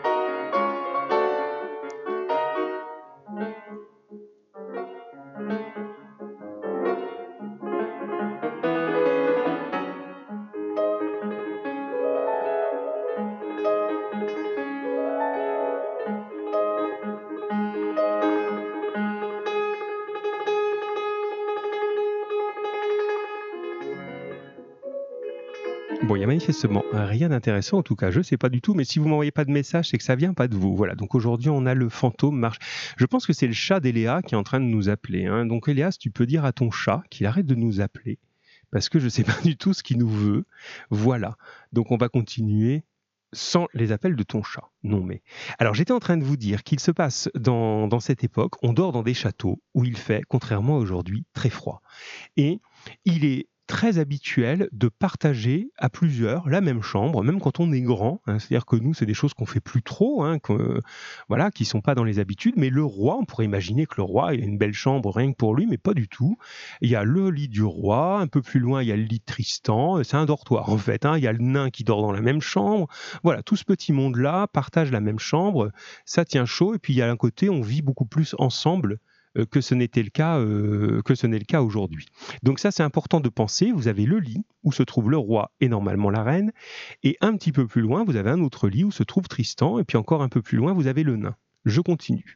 Bon, il y a manifestement rien d'intéressant, en tout cas, je ne sais pas du tout, mais si vous ne m'envoyez pas de message, c'est que ça ne vient pas de vous. Voilà, donc aujourd'hui, on a le fantôme marche. Je pense que c'est le chat d'Eléa qui est en train de nous appeler. Hein. Donc Elias, tu peux dire à ton chat qu'il arrête de nous appeler, parce que je ne sais pas du tout ce qu'il nous veut. Voilà, donc on va continuer sans les appels de ton chat. Non mais. Alors j'étais en train de vous dire qu'il se passe dans cette époque, on dort dans des châteaux où il fait, contrairement à aujourd'hui, très froid. Et il est très habituel de partager à plusieurs la même chambre, même quand on est grand. Hein, c'est-à-dire que nous, c'est des choses qu'on fait plus trop, hein, voilà, qui sont pas dans les habitudes. Mais le roi, on pourrait imaginer que le roi, il a une belle chambre rien que pour lui, mais pas du tout. Il y a le lit du roi, un peu plus loin, il y a le lit de Tristan. C'est un dortoir en fait. Hein, il y a le nain qui dort dans la même chambre. Voilà, tout ce petit monde-là partage la même chambre. Ça tient chaud. Et puis il y a un côté, on vit beaucoup plus ensemble que ce n'est le cas aujourd'hui. Donc ça, c'est important de penser. Vous avez le lit où se trouve le roi et normalement la reine, et un petit peu plus loin, vous avez un autre lit où se trouve Tristan, et puis encore un peu plus loin, vous avez le nain. Je continue.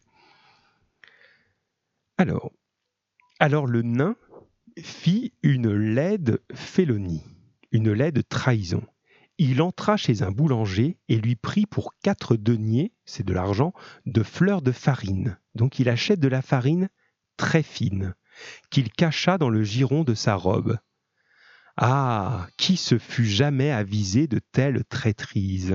Alors le nain fit une laide félonie, une laide trahison. Il entra chez un boulanger et lui prit pour 4 deniers, c'est de l'argent, de fleurs de farine. Donc il achète de la farine très fine, qu'il cacha dans le giron de sa robe. Ah, qui se fût jamais avisé de telles traîtrises ?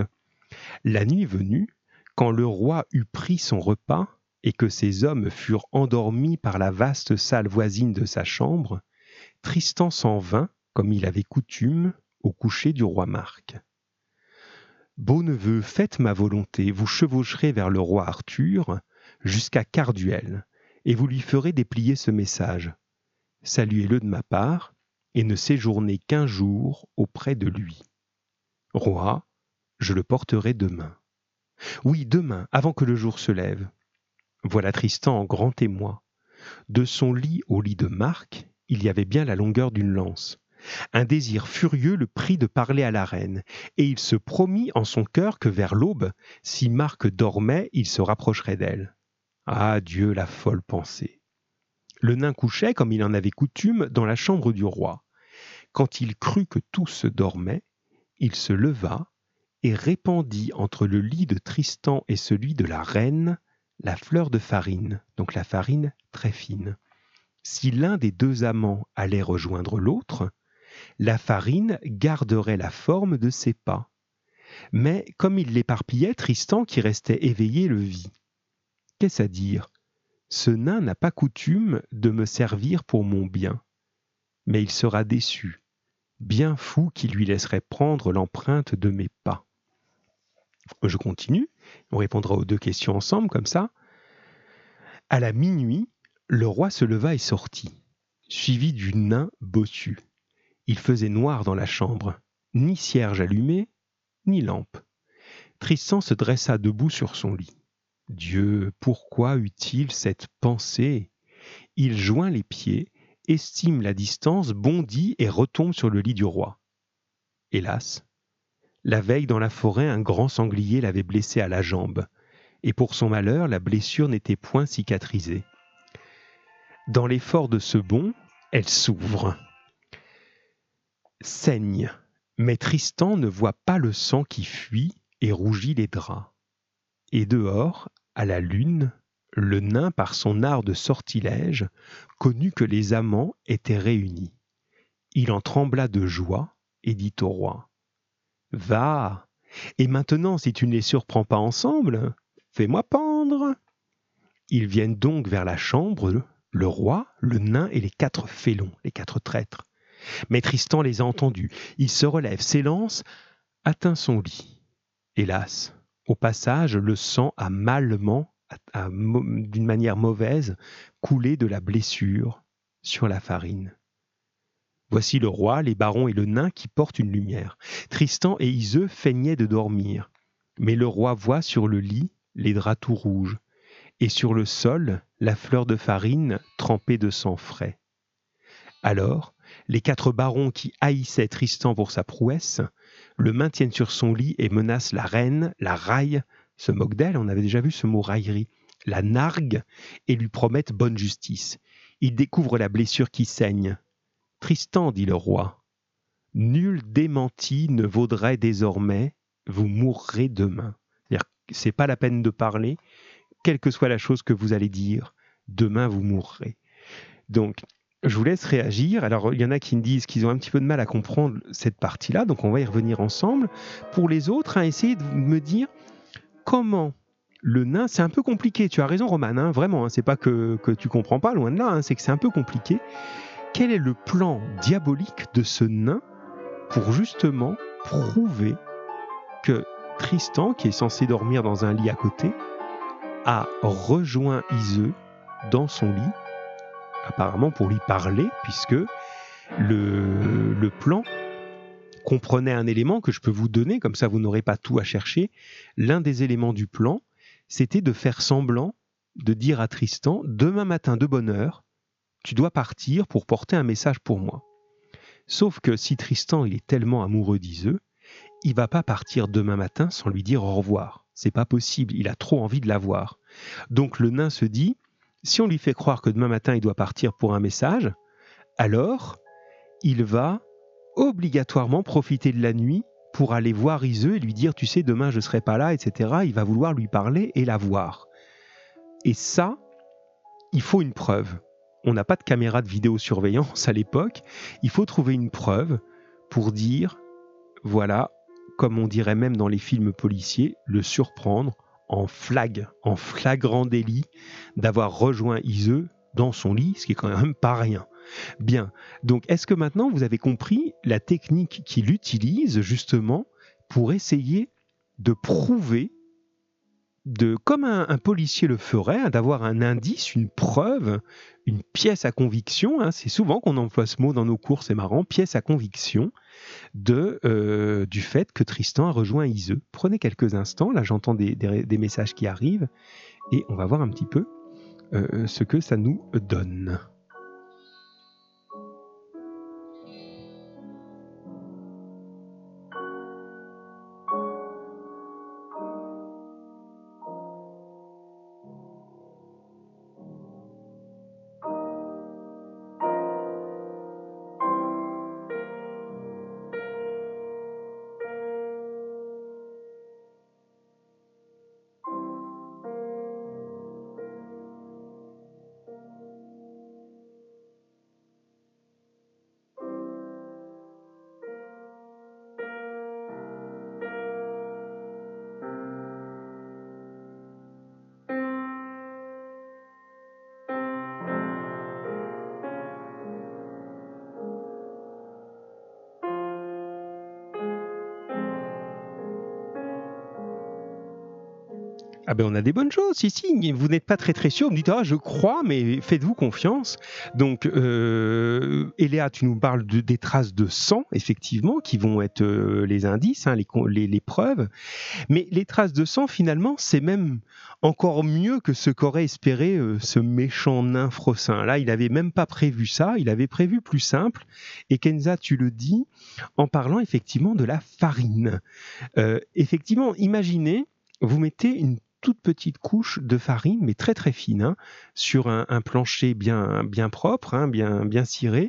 La nuit venue, quand le roi eut pris son repas et que ses hommes furent endormis par la vaste salle voisine de sa chambre, Tristan s'en vint, comme il avait coutume, au coucher du roi Marc. Beau neveu, faites ma volonté, vous chevaucherez vers le roi Arthur jusqu'à Carduel, et vous lui ferez déplier ce message. Saluez-le de ma part, et ne séjournez qu'1 jour auprès de lui. Roi, je le porterai demain. Oui, demain, avant que le jour se lève. Voilà Tristan en grand témoin. De son lit au lit de Marc, il y avait bien la longueur d'une lance. Un désir furieux le prit de parler à la reine, et il se promit en son cœur que vers l'aube, si Marc dormait, il se rapprocherait d'elle. Ah Dieu, la folle pensée. Le nain couchait, comme il en avait coutume, dans la chambre du roi. Quand il crut que tous dormaient, il se leva et répandit entre le lit de Tristan et celui de la reine la fleur de farine, donc la farine très fine. Si l'un des 2 amants allait rejoindre l'autre, la farine garderait la forme de ses pas. Mais comme il l'éparpillait, Tristan, qui restait éveillé, le vit. Qu'est-ce à dire ? Ce nain n'a pas coutume de me servir pour mon bien. Mais il sera déçu. bien fou qui lui laisserait prendre l'empreinte de mes pas. Je continue, on répondra aux 2 questions ensemble comme ça. À la minuit, le roi se leva et sortit, suivi du nain bossu. Il faisait noir dans la chambre, ni cierge allumée, ni lampe. Tristan se dressa debout sur son lit. Dieu, pourquoi eut-il cette pensée ? Il joint les pieds, estime la distance, bondit et retombe sur le lit du roi. Hélas, la veille dans la forêt, un grand sanglier l'avait blessé à la jambe, et pour son malheur, la blessure n'était point cicatrisée. Dans l'effort de ce bond, elle s'ouvre, saigne, mais Tristan ne voit pas le sang qui fuit et rougit les draps. Et dehors, à la lune, le nain, par son art de sortilège, connut que les amants étaient réunis. Il en trembla de joie et dit au roi : « Va, et maintenant, si tu ne les surprends pas ensemble, fais-moi pendre !» Ils viennent donc vers la chambre, le roi, le nain et les 4 félons, les 4 traîtres. Mais Tristan les a entendus. Il se relève, s'élance, atteint son lit. Hélas, au passage, le sang a malement, d'une manière mauvaise, coulé de la blessure sur la farine. Voici le roi, les barons et le nain qui portent une lumière. Tristan et Iseux feignaient de dormir, mais le roi voit sur le lit les draps tout rouges, et sur le sol la fleur de farine trempée de sang frais. Alors, les 4 barons qui haïssaient Tristan pour sa prouesse le maintiennent sur son lit et menacent la reine, la raillent, se moquent d'elle, on avait déjà vu ce mot raillerie, la narguent et lui promettent bonne justice. Ils découvrent la blessure qui saigne. « Tristan, dit le roi, nul démenti ne vaudrait désormais, vous mourrez demain. » C'est-à-dire que c'est pas la peine de parler, quelle que soit la chose que vous allez dire, demain vous mourrez. Donc, je vous laisse réagir. Alors, il y en a qui me disent qu'ils ont un petit peu de mal à comprendre cette partie-là, donc on va y revenir ensemble. Pour les autres, essayez de me dire comment le nain, c'est un peu compliqué, tu as raison Roman, vraiment, c'est pas que tu comprends pas, loin de là, c'est que c'est un peu compliqué. Quel est le plan diabolique de ce nain pour justement prouver que Tristan, qui est censé dormir dans un lit à côté, a rejoint Iseux dans son lit, apparemment pour lui parler, puisque le plan comprenait un élément que je peux vous donner, comme ça vous n'aurez pas tout à chercher. L'un des éléments du plan, c'était de faire semblant de dire à Tristan : demain matin de bonne heure, tu dois partir pour porter un message pour moi. Sauf que si Tristan il est tellement amoureux d'Iseux, il va pas partir demain matin sans lui dire au revoir. C'est pas possible, il a trop envie de la voir. Donc le nain se dit, si on lui fait croire que demain matin il doit partir pour un message, alors il va obligatoirement profiter de la nuit pour aller voir Iseux et lui dire, tu sais, demain je serai pas là, etc. Il va vouloir lui parler et la voir. Et ça, il faut une preuve. On n'a pas de caméra de vidéosurveillance à l'époque. Il faut trouver une preuve pour dire, voilà, comme on dirait même dans les films policiers, le surprendre en flagrant délit d'avoir rejoint Iseux dans son lit, ce qui est quand même pas rien. Bien, donc est-ce que maintenant vous avez compris la technique qu'il utilise justement pour essayer de prouver, comme un policier le ferait, d'avoir un indice, une preuve, une pièce à conviction, c'est souvent qu'on emploie ce mot dans nos cours, c'est marrant, pièce à conviction, du fait que Tristan a rejoint Iseux. Prenez quelques instants, là j'entends des messages qui arrivent, et on va voir un petit peu ce que ça nous donne. Ah ben on a des bonnes choses, si, vous n'êtes pas très sûr, vous me dites « Ah, je crois, mais faites-vous confiance ». Donc, Eléa, tu nous parles des traces de sang, effectivement, qui vont être les indices, hein, les preuves. Mais les traces de sang, finalement, c'est même encore mieux que ce qu'aurait espéré ce méchant nain Frosin. Là, il n'avait même pas prévu ça, il avait prévu plus simple. Et Kenza, tu le dis, en parlant effectivement de la farine. Effectivement, imaginez, vous mettez une toute petite couche de farine, mais très très fine, hein, sur un plancher bien propre, hein, bien ciré.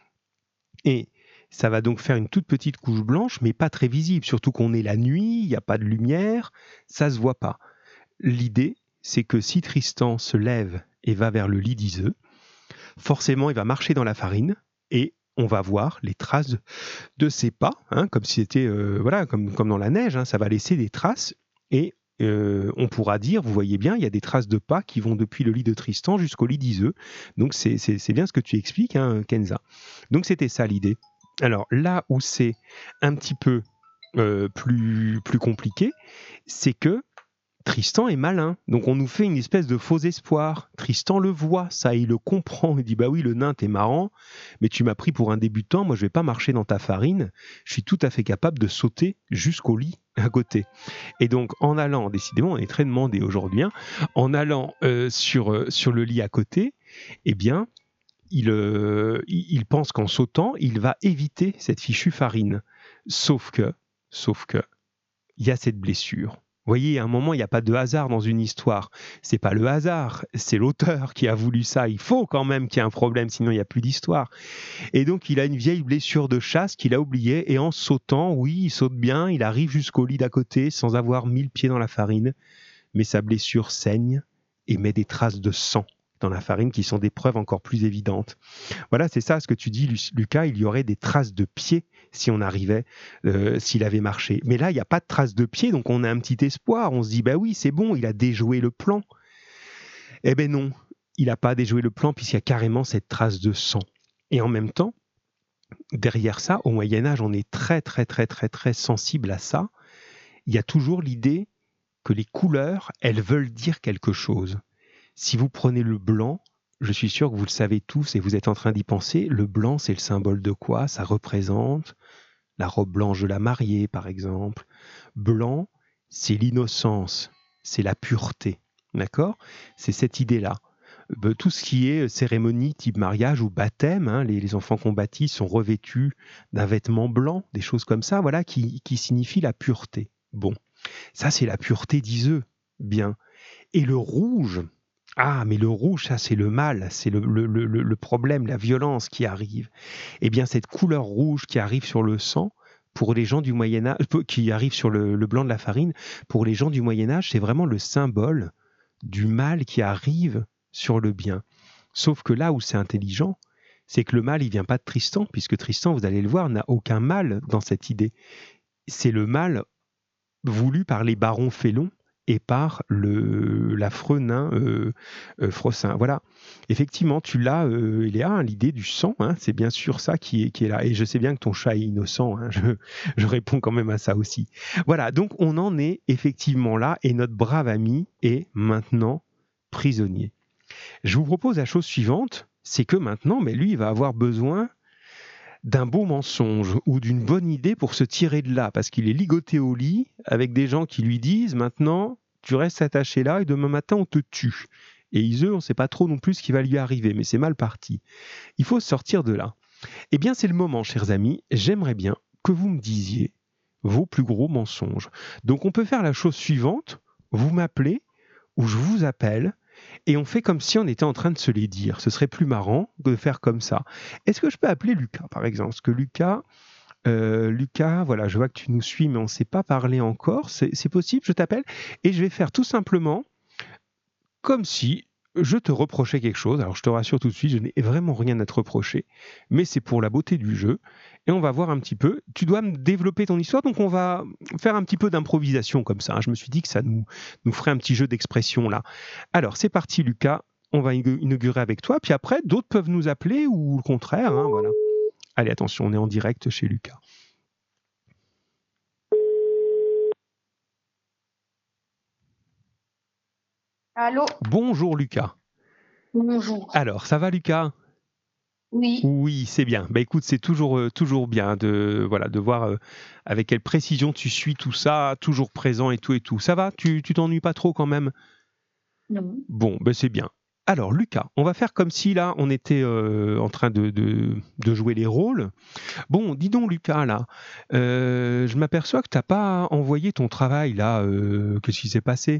Et ça va donc faire une toute petite couche blanche, mais pas très visible, surtout qu'on est la nuit, il n'y a pas de lumière, ça se voit pas. L'idée, c'est que si Tristan se lève et va vers le lit d'Iseux, forcément, il va marcher dans la farine et on va voir les traces de ses pas, hein, comme si c'était comme dans la neige, hein, ça va laisser des traces et on pourra dire, vous voyez bien, il y a des traces de pas qui vont depuis le lit de Tristan jusqu'au lit d'Iseux. Donc c'est bien ce que tu expliques, hein, Kenza. Donc c'était ça l'idée. Alors là où c'est un petit peu plus compliqué, c'est que Tristan est malin, donc on nous fait une espèce de faux espoir. Tristan le voit, ça, il le comprend. Il dit bah oui, le nain, t'es marrant, mais tu m'as pris pour un débutant. Moi, je vais pas marcher dans ta farine. Je suis tout à fait capable de sauter jusqu'au lit à côté. Et donc, en allant, décidément, on est très demandé aujourd'hui, hein, en allant sur le lit à côté, eh bien, il pense qu'en sautant, il va éviter cette fichue farine. Sauf que, il y a cette blessure. Vous voyez, à un moment, il n'y a pas de hasard dans une histoire. C'est pas le hasard, c'est l'auteur qui a voulu ça. Il faut quand même qu'il y ait un problème, sinon il n'y a plus d'histoire. Et donc, il a une vieille blessure de chasse qu'il a oubliée. Et en sautant, oui, il saute bien, il arrive jusqu'au lit d'à côté sans avoir mis le pied dans la farine. Mais sa blessure saigne et met des traces de sang dans la farine qui sont des preuves encore plus évidentes. Voilà, c'est ça ce que tu dis, Lucas, il y aurait des traces de pieds si on arrivait, s'il avait marché. Mais là, il n'y a pas de traces de pieds, donc on a un petit espoir. On se dit, bah oui, c'est bon, il a déjoué le plan. Eh ben non, il n'a pas déjoué le plan puisqu'il y a carrément cette trace de sang. Et en même temps, derrière ça, au Moyen-Âge, on est très, très, très, très, très sensible à ça. Il y a toujours l'idée que les couleurs, elles veulent dire quelque chose. Si vous prenez le blanc, je suis sûr que vous le savez tous et vous êtes en train d'y penser, le blanc, c'est le symbole de quoi? Ça représente la robe blanche de la mariée, par exemple. Blanc, c'est l'innocence, c'est la pureté, d'accord? C'est cette idée-là. Tout ce qui est cérémonie type mariage ou baptême, hein, les enfants qu'on baptise sont revêtus d'un vêtement blanc, des choses comme ça, voilà, qui signifient la pureté. Bon, ça c'est la pureté d'Iseux, bien. Et le rouge, ah, mais le rouge, ça c'est le mal, c'est le problème, la violence qui arrive. Eh bien, cette couleur rouge qui arrive sur le sang, pour les gens du Moyen-Âge, qui arrive sur le blanc de la farine, pour les gens du Moyen-Âge, c'est vraiment le symbole du mal qui arrive sur le bien. Sauf que là où c'est intelligent, c'est que le mal, il vient pas de Tristan, puisque Tristan, vous allez le voir, n'a aucun mal dans cette idée. C'est le mal voulu par les barons félons et par l'affreux nain Frosin. Voilà, effectivement, tu l'as, Léa, hein, l'idée du sang, hein, c'est bien sûr ça qui est là. Et je sais bien que ton chat est innocent, hein, je réponds quand même à ça aussi. Voilà, donc on en est effectivement là, et notre brave ami est maintenant prisonnier. Je vous propose la chose suivante, c'est que maintenant, mais lui, il va avoir besoin d'un beau mensonge ou d'une bonne idée pour se tirer de là, parce qu'il est ligoté au lit avec des gens qui lui disent maintenant tu restes attaché là et demain matin on te tue. Et Iseux, on ne sait pas trop non plus ce qui va lui arriver, mais c'est mal parti. Il faut sortir de là. Eh bien c'est le moment, chers amis, j'aimerais bien que vous me disiez vos plus gros mensonges. Donc on peut faire la chose suivante, vous m'appelez ou je vous appelle, et on fait comme si on était en train de se les dire. Ce serait plus marrant de faire comme ça. Est-ce que je peux appeler Lucas, par exemple? Parce que Lucas, voilà, je vois que tu nous suis, mais on ne s'est pas parlé encore. C'est possible, je t'appelle. Et je vais faire tout simplement comme si je te reprochais quelque chose. Alors je te rassure tout de suite, je n'ai vraiment rien à te reprocher, mais c'est pour la beauté du jeu. Et on va voir un petit peu. Tu dois me développer ton histoire, donc on va faire un petit peu d'improvisation comme ça. Je me suis dit que ça nous ferait un petit jeu d'expression là. Alors c'est parti Lucas, on va inaugurer avec toi, puis après d'autres peuvent nous appeler ou le contraire, hein, voilà. Allez attention, on est en direct chez Lucas. Allô? Bonjour Lucas. Bonjour. Alors, ça va Lucas? Oui. Oui, c'est bien. Bah écoute, c'est toujours bien de voir avec quelle précision tu suis tout ça, toujours présent et tout et tout. Ça va? Tu t'ennuies pas trop quand même? Non. Bon, ben c'est bien. Alors Lucas, on va faire comme si là on était en train de jouer les rôles. Bon, dis donc Lucas là, je m'aperçois que t'as pas envoyé ton travail là. Qu'est-ce qui s'est passé?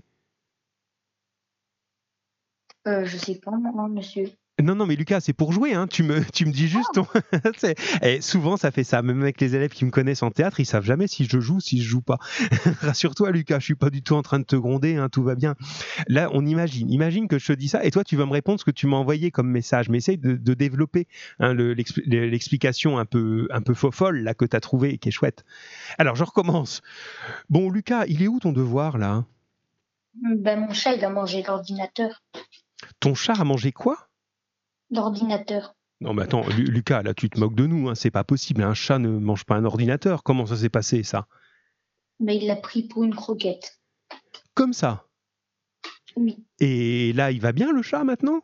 Je sais pas, moi, monsieur. Non, mais Lucas, c'est pour jouer, hein. Tu me dis juste ton. Et souvent, ça fait ça. Même avec les élèves qui me connaissent en théâtre, ils savent jamais si je joue, si je joue pas. Rassure-toi, Lucas, je suis pas du tout en train de te gronder, hein, tout va bien. Là, on imagine que je te dis ça, et toi, tu vas me répondre ce que tu m'as envoyé comme message. Mais essaye de développer hein, l'explication un peu fofolle là que tu as trouvée et qui est chouette. Alors, je recommence. Bon, Lucas, il est où ton devoir là? Ben, mon chat, il a mangé l'ordinateur. Ton chat a mangé quoi? L'ordinateur. Non, mais attends, Lucas, là, tu te moques de nous, hein, c'est pas possible. Un chat ne mange pas un ordinateur. Comment ça s'est passé, ça? Mais il l'a pris pour une croquette. Comme ça. Oui. Et là, il va bien, le chat, maintenant?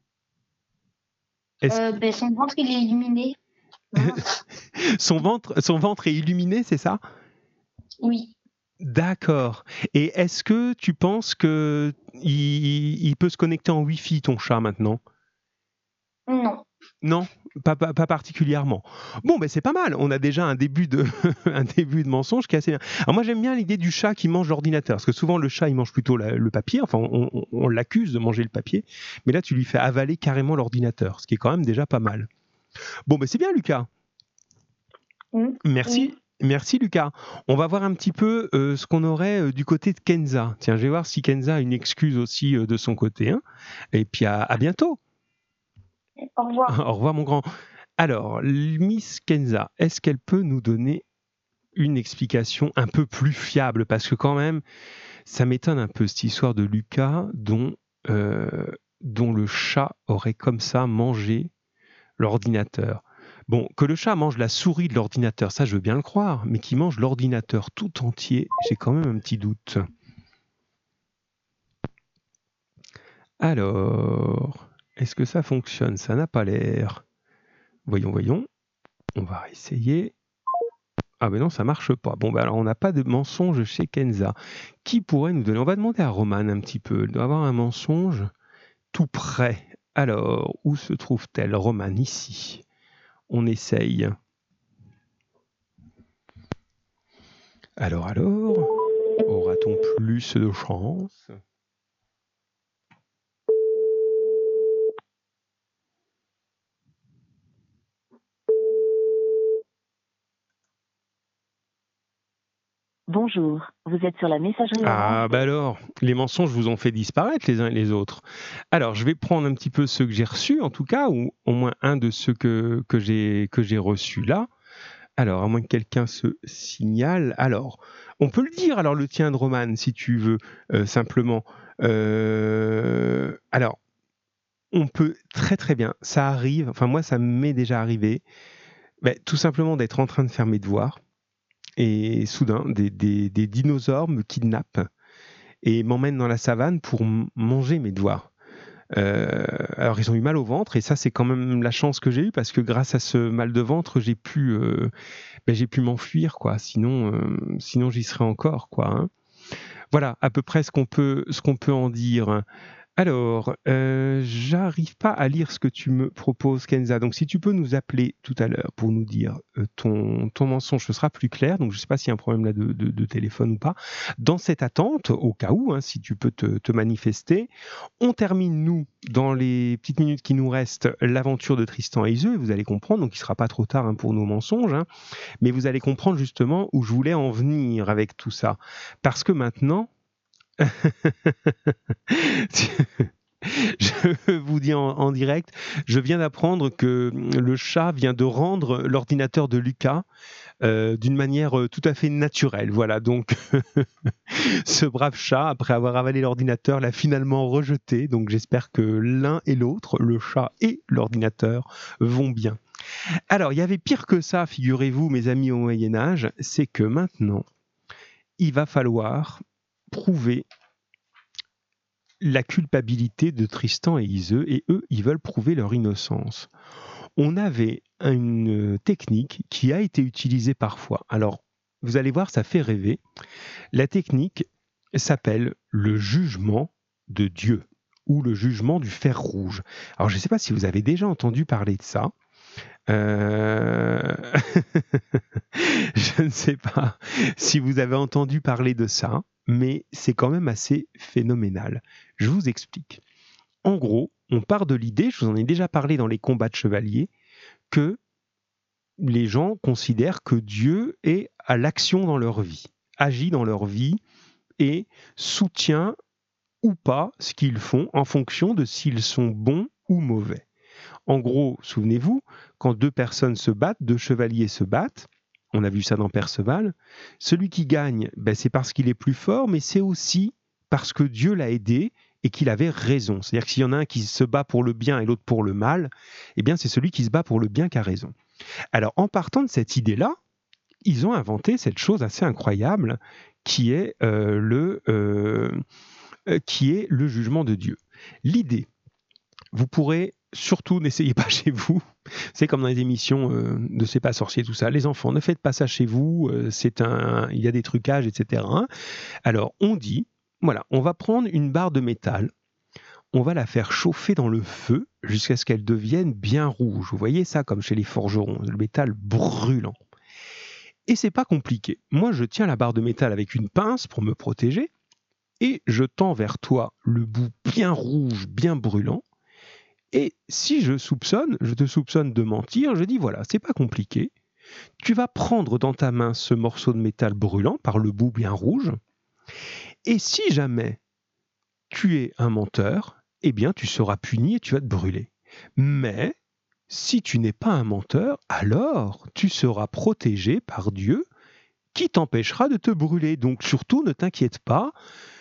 Ben, son ventre, il est illuminé. Son ventre est illuminé, c'est ça? Oui. D'accord. Et est-ce que tu penses que il peut se connecter en Wi-Fi, ton chat, maintenant? Non. Non, pas particulièrement. Bon, ben c'est pas mal. On a déjà un début de, un début de mensonge qui est assez bien. Alors moi, j'aime bien l'idée du chat qui mange l'ordinateur, parce que souvent le chat, il mange plutôt le papier. Enfin, on l'accuse de manger le papier, mais là, tu lui fais avaler carrément l'ordinateur, ce qui est quand même déjà pas mal. Bon, ben c'est bien, Lucas. Merci. Oui. Merci Lucas. On va voir un petit peu ce qu'on aurait du côté de Kenza. Tiens, je vais voir si Kenza a une excuse aussi de son côté. Hein. Et puis à bientôt. Au revoir. Au revoir mon grand. Alors, Miss Kenza, est-ce qu'elle peut nous donner une explication un peu plus fiable? Parce que quand même, ça m'étonne un peu cette histoire de Lucas dont le chat aurait comme ça mangé l'ordinateur. Bon, que le chat mange la souris de l'ordinateur, ça je veux bien le croire, mais qu'il mange l'ordinateur tout entier, j'ai quand même un petit doute. Alors, est-ce que ça fonctionne? Ça n'a pas l'air. Voyons. On va essayer. Ah ben non, ça marche pas. Bon, ben alors on n'a pas de mensonge chez Kenza. Qui pourrait nous donner? On va demander à Roman un petit peu. Elle doit avoir un mensonge tout près. Alors, où se trouve-t-elle, Roman? Ici. On essaye. Alors, aura-t-on plus de chance? Bonjour, vous êtes sur la messagerie Ah, Orange. bah alors, les mensonges vous ont fait disparaître les uns et les autres. Alors, je vais prendre un petit peu ceux que j'ai reçus, en tout cas, ou au moins un de ceux que j'ai reçus là. Alors, à moins que quelqu'un se signale. Alors, on peut le dire, alors le tien de Roman, si tu veux, simplement. Alors, on peut très très bien, ça arrive, enfin moi ça m'est déjà arrivé, tout simplement d'être en train de faire mes devoirs, et soudain, des dinosaures me kidnappent et m'emmènent dans la savane pour manger mes devoirs. Alors ils ont eu mal au ventre, et ça c'est quand même la chance que j'ai eue, parce que grâce à ce mal de ventre, j'ai pu m'enfuir, quoi. Sinon j'y serais encore, quoi. Hein. Voilà à peu près ce qu'on peut en dire. Alors, j'arrive pas à lire ce que tu me proposes, Kenza. Donc, si tu peux nous appeler tout à l'heure pour nous dire ton mensonge, ce sera plus clair. Donc, je ne sais pas s'il y a un problème là de téléphone ou pas. Dans cette attente, au cas où, hein, si tu peux te manifester, on termine, nous, dans les petites minutes qui nous restent, l'aventure de Tristan et Iseult. Et vous allez comprendre, donc il ne sera pas trop tard hein, pour nos mensonges, hein, mais vous allez comprendre justement où je voulais en venir avec tout ça. Parce que maintenant... Je vous dis en direct, je viens d'apprendre que le chat vient de rendre l'ordinateur de Lucas d'une manière tout à fait naturelle. Voilà, donc ce brave chat, après avoir avalé l'ordinateur, l'a finalement rejeté. Donc j'espère que l'un et l'autre, le chat et l'ordinateur, vont bien. Alors, il y avait pire que ça, figurez-vous, mes amis au Moyen-Âge, c'est que maintenant, il va falloir prouver la culpabilité de Tristan et Iseux, et eux, ils veulent prouver leur innocence. On avait une technique qui a été utilisée parfois. Alors, vous allez voir, ça fait rêver. La technique s'appelle le jugement de Dieu ou le jugement du fer rouge. Alors, je ne sais pas si vous avez déjà entendu parler de ça. Je ne sais pas si vous avez entendu parler de ça, mais c'est quand même assez phénoménal. Je vous explique. En gros, on part de l'idée, je vous en ai déjà parlé dans les combats de chevaliers, que les gens considèrent que Dieu est à l'action dans leur vie, agit dans leur vie et soutient ou pas ce qu'ils font en fonction de s'ils sont bons ou mauvais. En gros, souvenez-vous, quand deux personnes se battent, deux chevaliers se battent, on a vu ça dans Perceval, celui qui gagne, c'est parce qu'il est plus fort, mais c'est aussi parce que Dieu l'a aidé et qu'il avait raison. C'est-à-dire que s'il y en a un qui se bat pour le bien et l'autre pour le mal, c'est celui qui se bat pour le bien qui a raison. Alors, en partant de cette idée-là, ils ont inventé cette chose assez incroyable qui est le jugement de Dieu. L'idée, vous pourrez surtout n'essayez pas chez vous. C'est comme dans les émissions de C'est pas sorcier, tout ça. Les enfants, ne faites pas ça chez vous. Il y a des trucages, etc. Alors, on dit, voilà, on va prendre une barre de métal, on va la faire chauffer dans le feu jusqu'à ce qu'elle devienne bien rouge. Vous voyez ça comme chez les forgerons, le métal brûlant. Et c'est pas compliqué. Moi, je tiens la barre de métal avec une pince pour me protéger et je tends vers toi le bout bien rouge, bien brûlant. Et si je te soupçonne de mentir, je dis voilà, c'est pas compliqué. Tu vas prendre dans ta main ce morceau de métal brûlant par le bout bien rouge. Et si jamais tu es un menteur, tu seras puni et tu vas te brûler. Mais si tu n'es pas un menteur, alors tu seras protégé par Dieu qui t'empêchera de te brûler. Donc surtout, ne t'inquiète pas,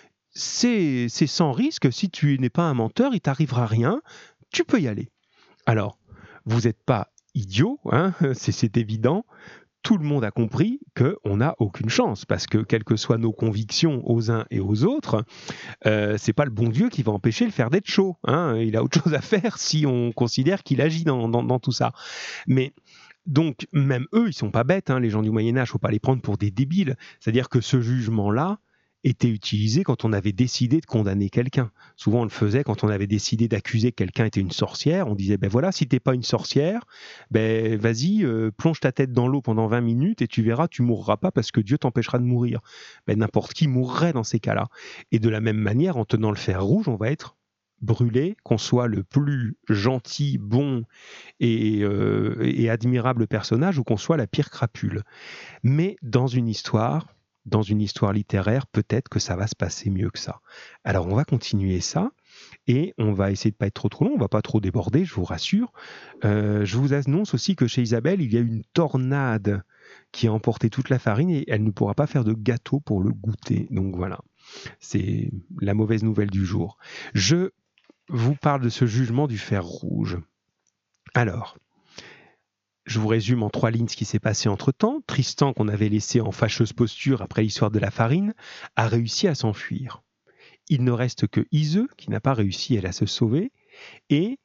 c'est sans risque. Si tu n'es pas un menteur, il t'arrivera rien. Tu peux y aller. Alors, vous n'êtes pas idiot, c'est évident. Tout le monde a compris qu'on n'a aucune chance, parce que quelles que soient nos convictions aux uns et aux autres, c'est pas le bon Dieu qui va empêcher le fer d'être chaud. Il a autre chose à faire si on considère qu'il agit dans tout ça. Mais donc, même eux, ils sont pas bêtes, les gens du Moyen-Âge, faut pas les prendre pour des débiles. C'est-à-dire que ce jugement-là était utilisé quand on avait décidé de condamner quelqu'un. Souvent, on le faisait quand on avait décidé d'accuser que quelqu'un était une sorcière. On disait, voilà, si t'es pas une sorcière, vas-y, plonge ta tête dans l'eau pendant 20 minutes et tu verras, tu mourras pas parce que Dieu t'empêchera de mourir. N'importe qui mourrait dans ces cas-là. Et de la même manière, en tenant le fer rouge, on va être brûlé, qu'on soit le plus gentil, bon et admirable personnage ou qu'on soit la pire crapule. Mais dans une histoire littéraire, peut-être que ça va se passer mieux que ça. Alors, on va continuer ça et on va essayer de ne pas être trop long, on ne va pas trop déborder, je vous rassure. Je vous annonce aussi que chez Isabelle, il y a une tornade qui a emporté toute la farine et elle ne pourra pas faire de gâteau pour le goûter. Donc voilà, c'est la mauvaise nouvelle du jour. Je vous parle de ce jugement du fer rouge. Alors, je vous résume en 3 lignes ce qui s'est passé entre-temps. Tristan, qu'on avait laissé en fâcheuse posture après l'histoire de la farine, a réussi à s'enfuir. Il ne reste que Iseux, qui n'a pas réussi, elle, à se sauver, et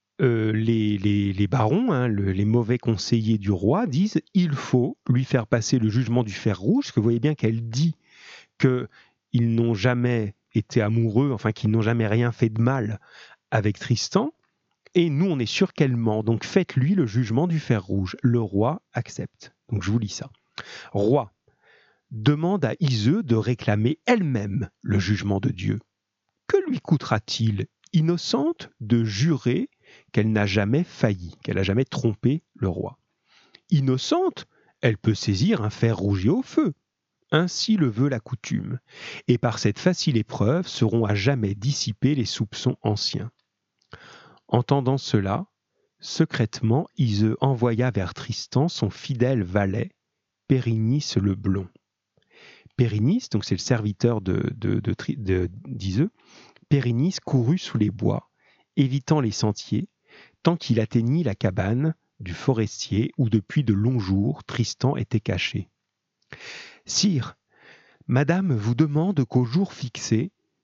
les barons, les mauvais conseillers du roi, disent il faut lui faire passer le jugement du fer rouge, parce que vous voyez bien qu'elle dit qu'ils n'ont jamais été amoureux, enfin qu'ils n'ont jamais rien fait de mal avec Tristan, et nous, on est sûr qu'elle ment. Donc, faites-lui le jugement du fer rouge. Le roi accepte. Donc, je vous lis ça. Roi, demande à Iseux de réclamer elle-même le jugement de Dieu. Que lui coûtera-t-il, innocente, de jurer qu'elle n'a jamais failli, qu'elle n'a jamais trompé le roi? Innocente, elle peut saisir un fer rougi au feu. Ainsi le veut la coutume. Et par cette facile épreuve seront à jamais dissipés les soupçons anciens. Entendant cela, secrètement, Iseux envoya vers Tristan son fidèle valet, Périnice le Blond. Périnice, donc c'est le serviteur d'Iseux, Périnice courut sous les bois, évitant les sentiers, tant qu'il atteignit la cabane du forestier où depuis de longs jours Tristan était caché. « Sire, madame vous demande qu'au jour fixé,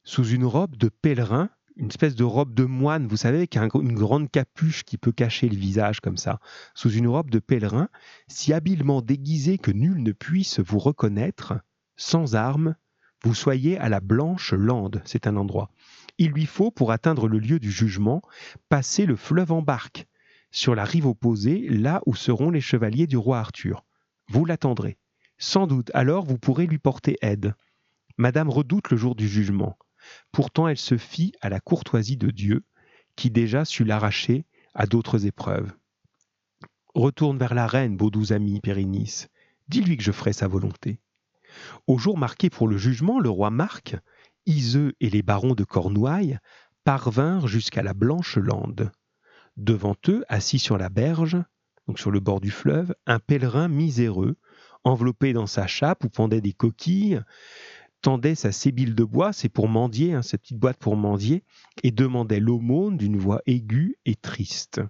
sous une robe de pèlerin, une espèce de robe de moine, vous savez, avec une grande capuche qui peut cacher le visage comme ça, sous une robe de pèlerin, si habilement déguisée que nul ne puisse vous reconnaître, sans armes, vous soyez à la Blanche Lande, c'est un endroit. Il lui faut, pour atteindre le lieu du jugement, passer le fleuve en barque, sur la rive opposée, là où seront les chevaliers du roi Arthur. Vous l'attendrez. Sans doute, alors vous pourrez lui porter aide. Madame redoute le jour du jugement. Pourtant elle se fie à la courtoisie de Dieu, qui déjà sut l'arracher à d'autres épreuves. Retourne vers la reine, beau doux ami Pérénice. Dis-lui que je ferai sa volonté. Au jour marqué pour le jugement, le roi Marc, Iseux et les barons de Cornouailles parvinrent jusqu'à la Blanche Lande. Devant eux, assis sur la berge, donc sur le bord du fleuve, un pèlerin miséreux, enveloppé dans sa chape où pendaient des coquilles, tendait sa sébile de bois, c'est pour mendier, cette petite boîte pour mendier, et demandait l'aumône d'une voix aiguë et triste.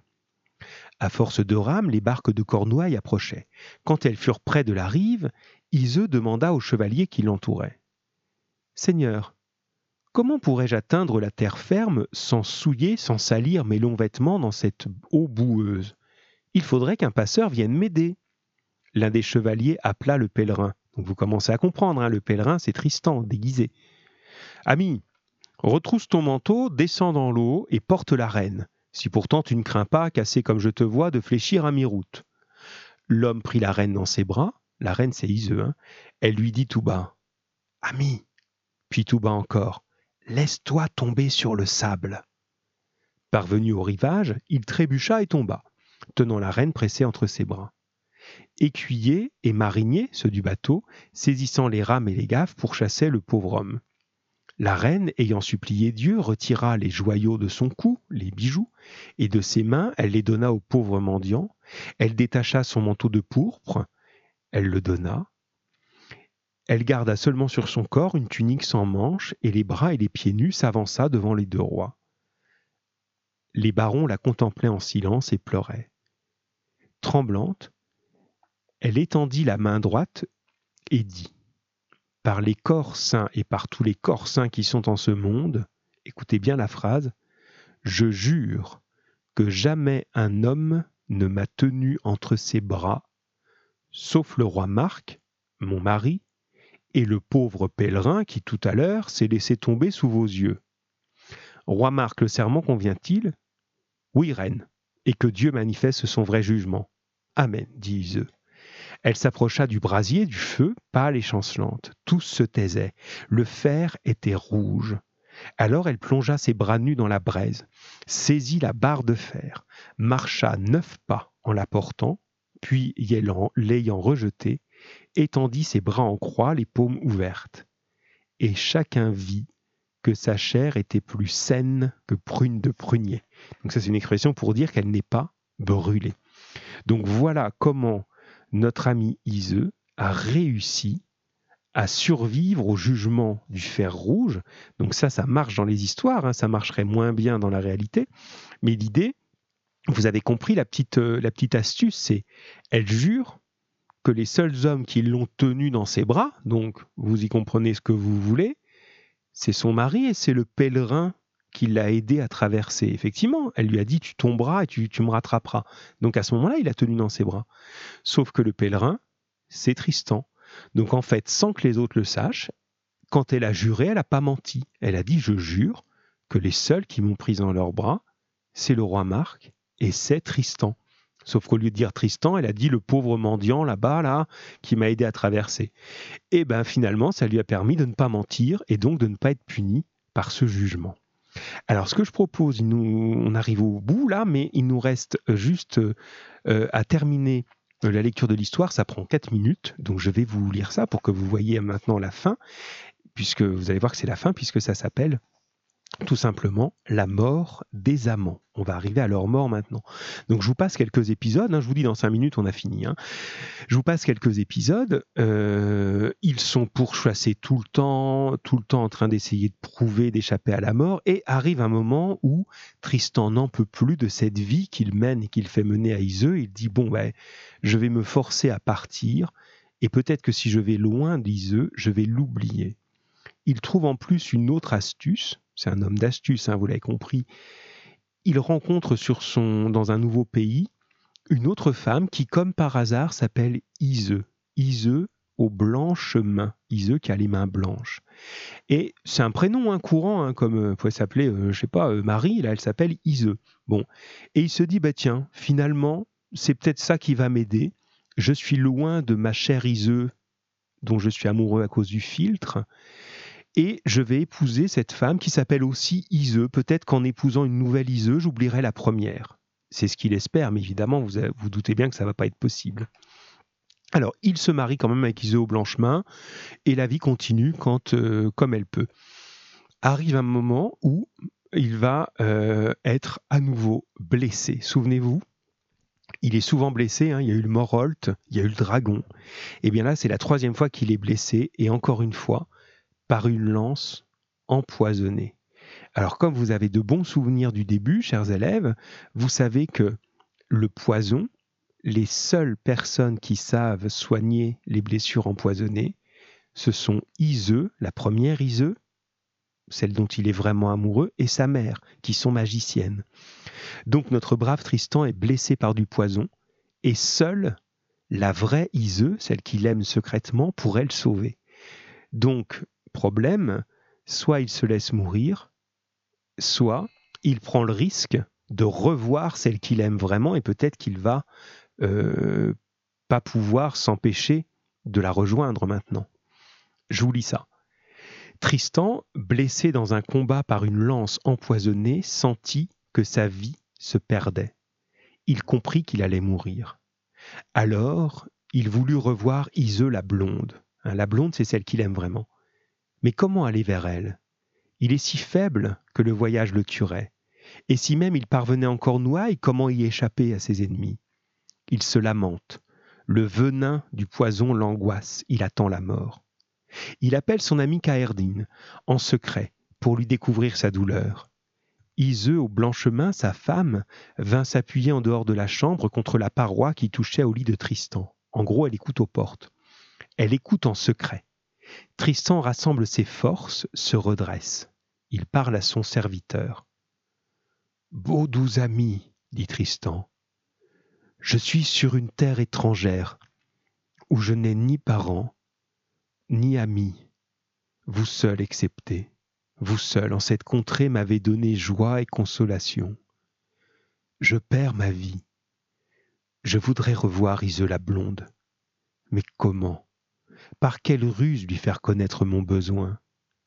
À force de rames, les barques de Cornouailles approchaient. Quand elles furent près de la rive, Iseux demanda au chevalier qui l'entourait. « Seigneur, comment pourrais-je atteindre la terre ferme sans souiller, sans salir mes longs vêtements dans cette eau boueuse ? Il faudrait qu'un passeur vienne m'aider. » L'un des chevaliers appela le pèlerin. Donc vous commencez à comprendre, le pèlerin, c'est Tristan, déguisé. « Ami, retrousse ton manteau, descends dans l'eau et porte la reine, si pourtant tu ne crains pas, cassé comme je te vois, de fléchir à mi-route. » L'homme prit la reine dans ses bras, la reine c'est Iseux, elle lui dit tout bas, « Ami !» Puis tout bas encore, « Laisse-toi tomber sur le sable. » Parvenu au rivage, il trébucha et tomba, tenant la reine pressée entre ses bras. Écuyers et mariniers, ceux du bateau, saisissant les rames et les gaffes, pourchassaient le pauvre homme. La reine, ayant supplié Dieu, retira les joyaux de son cou, les bijoux, et de ses mains, elle les donna au pauvre mendiant. Elle détacha son manteau de pourpre, elle le donna. Elle garda seulement sur son corps une tunique sans manches, et les bras et les pieds nus s'avança devant les deux rois. Les barons la contemplaient en silence et pleuraient. Tremblante, elle étendit la main droite et dit « Par les corps saints et par tous les corps saints qui sont en ce monde, écoutez bien la phrase, je jure que jamais un homme ne m'a tenu entre ses bras, sauf le roi Marc, mon mari, et le pauvre pèlerin qui tout à l'heure s'est laissé tomber sous vos yeux. Roi Marc, le serment convient-il ? Oui, reine, et que Dieu manifeste son vrai jugement. Amen, dit Iseux. Elle s'approcha du brasier, du feu, pâle et chancelante. Tous se taisaient. Le fer était rouge. Alors elle plongea ses bras nus dans la braise, saisit la barre de fer, marcha 9 pas en la portant, puis, l'ayant rejetée, étendit ses bras en croix, les paumes ouvertes. Et chacun vit que sa chair était plus saine que prune de prunier. Donc ça, c'est une expression pour dire qu'elle n'est pas brûlée. Donc voilà comment notre ami Iseux a réussi à survivre au jugement du fer rouge. Donc ça marche dans les histoires, ça marcherait moins bien dans la réalité. Mais l'idée, vous avez compris, la petite astuce, c'est elle jure que les seuls hommes qui l'ont tenue dans ses bras, donc vous y comprenez ce que vous voulez, c'est son mari et c'est le pèlerin qui l'a aidé à traverser. Effectivement, elle lui a dit « tu tomberas et tu me rattraperas ». Donc à ce moment-là, il l'a tenu dans ses bras. Sauf que le pèlerin, c'est Tristan. Donc en fait, sans que les autres le sachent, quand elle a juré, elle n'a pas menti. Elle a dit « je jure que les seuls qui m'ont prise dans leurs bras, c'est le roi Marc et c'est Tristan ». Sauf qu'au lieu de dire Tristan, elle a dit le pauvre mendiant là-bas, qui m'a aidé à traverser. Et bien finalement, ça lui a permis de ne pas mentir et donc de ne pas être puni par ce jugement. Alors ce que je propose, on arrive au bout là, mais il nous reste juste à terminer la lecture de l'histoire. Ça prend 4 minutes, donc je vais vous lire ça pour que vous voyez maintenant la fin, puisque vous allez voir que c'est la fin, puisque ça s'appelle tout simplement la mort des amants. On va arriver à leur mort maintenant. Donc je vous passe quelques épisodes, je vous dis dans 5 minutes on a fini. Je vous passe quelques épisodes. Ils sont pourchassés tout le temps en train d'essayer de prouver, d'échapper à la mort, et arrive un moment où Tristan n'en peut plus de cette vie qu'il mène et qu'il fait mener à Iseux. Il dit je vais me forcer à partir, et peut-être que si je vais loin d'Iseux, je vais l'oublier. il trouve en plus une autre astuce, c'est un homme d'astuce, vous l'avez compris, il rencontre dans un nouveau pays une autre femme qui, comme par hasard, s'appelle Iseux. Iseux aux blanches mains. Iseux qui a les mains blanches. Et c'est un prénom courant, comme pouvait s'appeler, Marie, là, elle s'appelle Iseux. Bon. Et il se dit, tiens, finalement, c'est peut-être ça qui va m'aider. Je suis loin de ma chère Iseux, dont je suis amoureux à cause du filtre. Et je vais épouser cette femme qui s'appelle aussi Iseux. Peut-être qu'en épousant une nouvelle Iseux, j'oublierai la première. C'est ce qu'il espère, mais évidemment, vous doutez bien que ça ne va pas être possible. Alors, il se marie quand même avec Iseux aux blanches mains, et la vie continue comme elle peut. Arrive un moment où il va être à nouveau blessé. Souvenez-vous, il est souvent blessé, il y a eu le Morholt, il y a eu le dragon. Et bien là, c'est la 3e fois qu'il est blessé, et encore une fois, par une lance empoisonnée. Alors, comme vous avez de bons souvenirs du début, chers élèves, vous savez que le poison, les seules personnes qui savent soigner les blessures empoisonnées, ce sont Iseux, la première Iseux, celle dont il est vraiment amoureux, et sa mère, qui sont magiciennes. Donc, notre brave Tristan est blessé par du poison, et seule la vraie Iseux, celle qu'il aime secrètement, pourrait le sauver. Donc, problème, soit il se laisse mourir, soit il prend le risque de revoir celle qu'il aime vraiment et peut-être qu'il va pas pouvoir s'empêcher de la rejoindre maintenant. Je vous lis ça. Tristan, blessé dans un combat par une lance empoisonnée, sentit que sa vie se perdait. Il comprit qu'il allait mourir. Alors, il voulut revoir Iseux la blonde. La blonde, c'est celle qu'il aime vraiment. Mais comment aller vers elle ? Il est si faible que le voyage le tuerait. Et si même il parvenait encore nouaille, comment y échapper à ses ennemis ? Il se lamente. Le venin du poison l'angoisse. Il attend la mort. Il appelle son ami Kaerdin, en secret, pour lui découvrir sa douleur. Iseux aux blanches mains, sa femme, vint s'appuyer en dehors de la chambre contre la paroi qui touchait au lit de Tristan. En gros, elle écoute aux portes. Elle écoute en secret. Tristan rassemble ses forces, se redresse. Il parle à son serviteur. « Beau doux ami, dit Tristan, je suis sur une terre étrangère, où je n'ai ni parents, ni amis, vous seul excepté. Vous seul, en cette contrée, m'avez donné joie et consolation. Je perds ma vie. Je voudrais revoir Iseux la blonde. Mais comment ? Par quelle ruse lui faire connaître mon besoin ?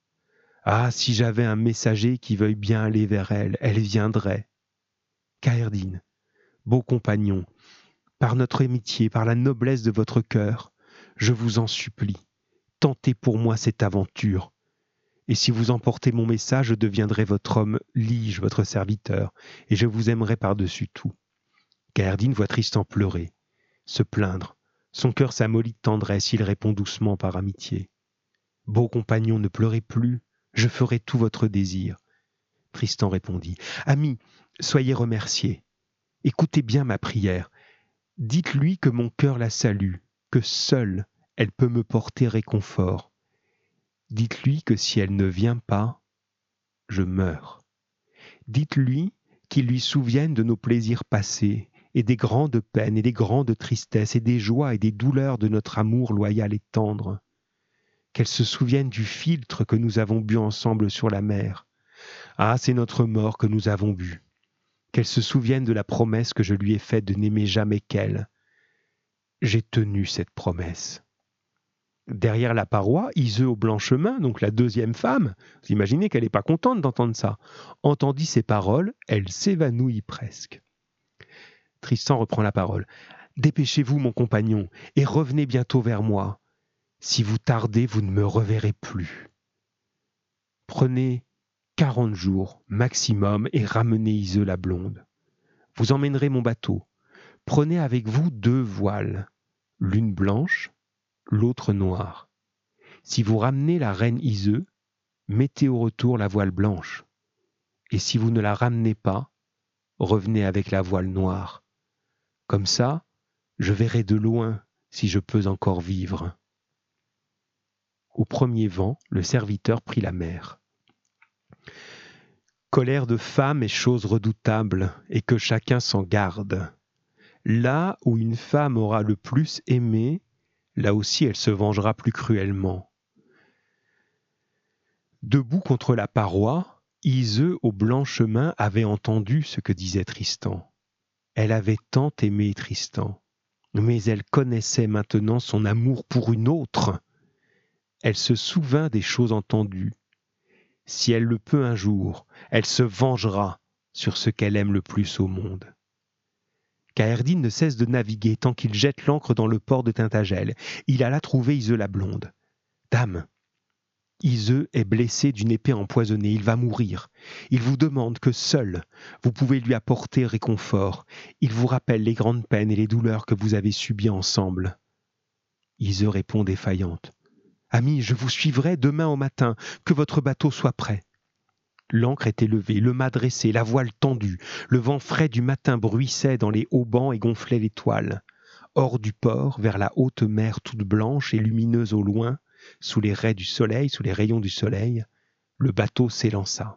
Ah, si j'avais un messager qui veuille bien aller vers elle, elle viendrait. Kaerdin, beau compagnon, par notre amitié, par la noblesse de votre cœur, je vous en supplie, tentez pour moi cette aventure. Et si vous emportez mon message, je deviendrai votre homme lige, votre serviteur, et je vous aimerai par-dessus tout. Kaerdin voit Tristan pleurer, se plaindre. Son cœur s'amollit de tendresse, il répond doucement par amitié. « Beau compagnon, ne pleurez plus, je ferai tout votre désir. » Tristan répondit. « Ami, soyez remercié. Écoutez bien ma prière. Dites-lui que mon cœur la salue, que seule elle peut me porter réconfort. Dites-lui que si elle ne vient pas, je meurs. Dites-lui qu'il lui souvienne de nos plaisirs passés, et des grandes peines et des grandes tristesses et des joies et des douleurs de notre amour loyal et tendre. Qu'elle se souvienne du philtre que nous avons bu ensemble sur la mer. Ah, c'est notre mort que nous avons bu. Qu'elle se souvienne de la promesse que je lui ai faite de n'aimer jamais qu'elle. J'ai tenu cette promesse. » Derrière la paroi, Iseux aux blanches mains, donc la 2e femme, vous imaginez qu'elle n'est pas contente d'entendre ça, entendit ces paroles, elle s'évanouit presque. Tristan reprend la parole. « Dépêchez-vous, mon compagnon, et revenez bientôt vers moi. Si vous tardez, vous ne me reverrez plus. Prenez 40 jours maximum et ramenez Iseux la blonde. Vous emmènerez mon bateau. Prenez avec vous 2 voiles, l'une blanche, l'autre noire. Si vous ramenez la reine Iseux, mettez au retour la voile blanche. Et si vous ne la ramenez pas, revenez avec la voile noire. Comme ça, je verrai de loin si je peux encore vivre. » Au premier vent, le serviteur prit la mer. Colère de femme est chose redoutable, et que chacun s'en garde. Là où une femme aura le plus aimé, là aussi elle se vengera plus cruellement. Debout contre la paroi, Iseux au blanc chemin avait entendu ce que disait Tristan. Elle avait tant aimé Tristan, mais elle connaissait maintenant son amour pour une autre. Elle se souvint des choses entendues. Si elle le peut un jour, elle se vengera sur ce qu'elle aime le plus au monde. Kaerdin ne cesse de naviguer tant qu'il jette l'ancre dans le port de Tintagel. Il alla trouver Iseux la blonde. « Dame, Iseux est blessé d'une épée empoisonnée, il va mourir. Il vous demande que seul vous pouvez lui apporter réconfort. Il vous rappelle les grandes peines et les douleurs que vous avez subies ensemble. » Iseux répond défaillante. « Ami, je vous suivrai demain au matin, que votre bateau soit prêt. » L'ancre était levée, le mât dressé, la voile tendue. Le vent frais du matin bruissait dans les haubans et gonflait les toiles. Hors du port, vers la haute mer toute blanche et lumineuse au loin, sous les rayons du soleil, le bateau s'élança.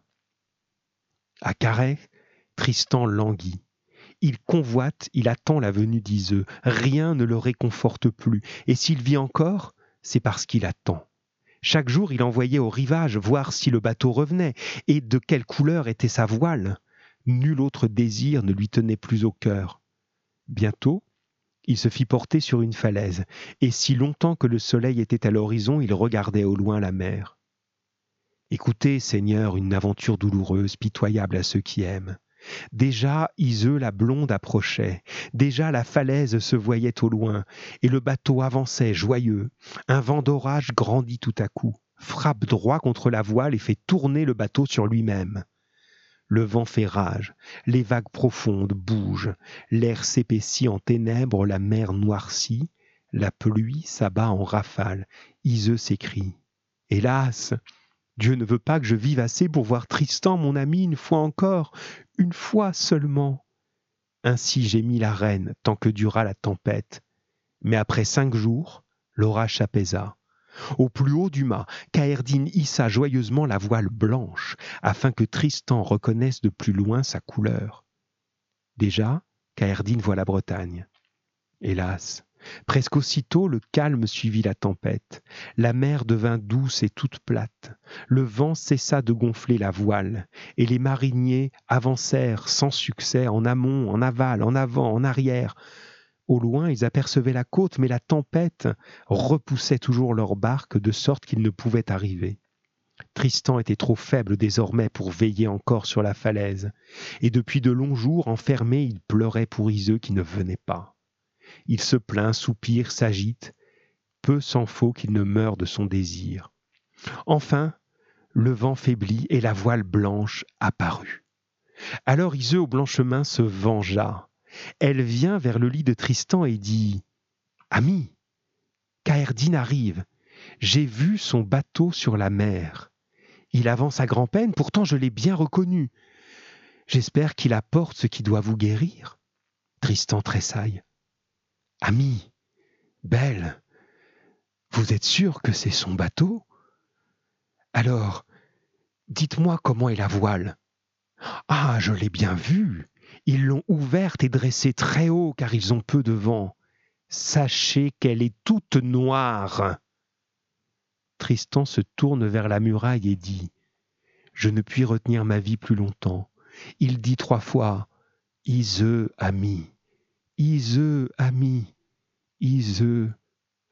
À Carhaix, Tristan languit. Il convoite, il attend la venue d'Iseux. Rien ne le réconforte plus. Et s'il vit encore, c'est parce qu'il attend. Chaque jour, il envoyait au rivage voir si le bateau revenait et de quelle couleur était sa voile. Nul autre désir ne lui tenait plus au cœur. Bientôt, il se fit porter sur une falaise, et si longtemps que le soleil était à l'horizon, il regardait au loin la mer. Écoutez, Seigneur, une aventure douloureuse, pitoyable à ceux qui aiment. Déjà Iseux la blonde approchait, déjà la falaise se voyait au loin, et le bateau avançait joyeux. Un vent d'orage grandit tout à coup, frappe droit contre la voile et fait tourner le bateau sur lui-même. Le vent fait rage, les vagues profondes bougent, l'air s'épaissit en ténèbres, la mer noircit, la pluie s'abat en rafales. Iseux s'écrie « Hélas, Dieu ne veut pas que je vive assez pour voir Tristan, mon ami, une fois encore, une fois seulement. » Ainsi gémit la reine tant que dura la tempête. Mais après 5 jours, l'orage s'apaisa. Au plus haut du mât, Kaerdin hissa joyeusement la voile blanche, afin que Tristan reconnaisse de plus loin sa couleur. Déjà, Kaerdin voit la Bretagne. Hélas, presque aussitôt le calme suivit la tempête. La mer devint douce et toute plate. Le vent cessa de gonfler la voile, et les mariniers avancèrent sans succès en amont, en aval, en avant, en arrière. Au loin, ils apercevaient la côte, mais la tempête repoussait toujours leur barque de sorte qu'ils ne pouvaient arriver. Tristan était trop faible désormais pour veiller encore sur la falaise, et depuis de longs jours, enfermé, il pleurait pour Iseux qui ne venait pas. Il se plaint, soupire, s'agite, peu s'en faut qu'il ne meure de son désir. Enfin, le vent faiblit et la voile blanche apparut. Alors Iseux au blanc chemin se vengea. Elle vient vers le lit de Tristan et dit « Ami, Kaerdin arrive. J'ai vu son bateau sur la mer. Il avance à grand-peine, pourtant je l'ai bien reconnu. J'espère qu'il apporte ce qui doit vous guérir. » Tristan tressaille. « Ami, belle, vous êtes sûr que c'est son bateau? Alors, dites-moi comment est la voile. »« Ah, je l'ai bien vue. Ils l'ont ouverte et dressée très haut car ils ont peu de vent. Sachez qu'elle est toute noire. » Tristan se tourne vers la muraille et dit « Je ne puis retenir ma vie plus longtemps. » Il dit 3 fois « Iseux, ami, Iseux, ami, Iseux, ami. »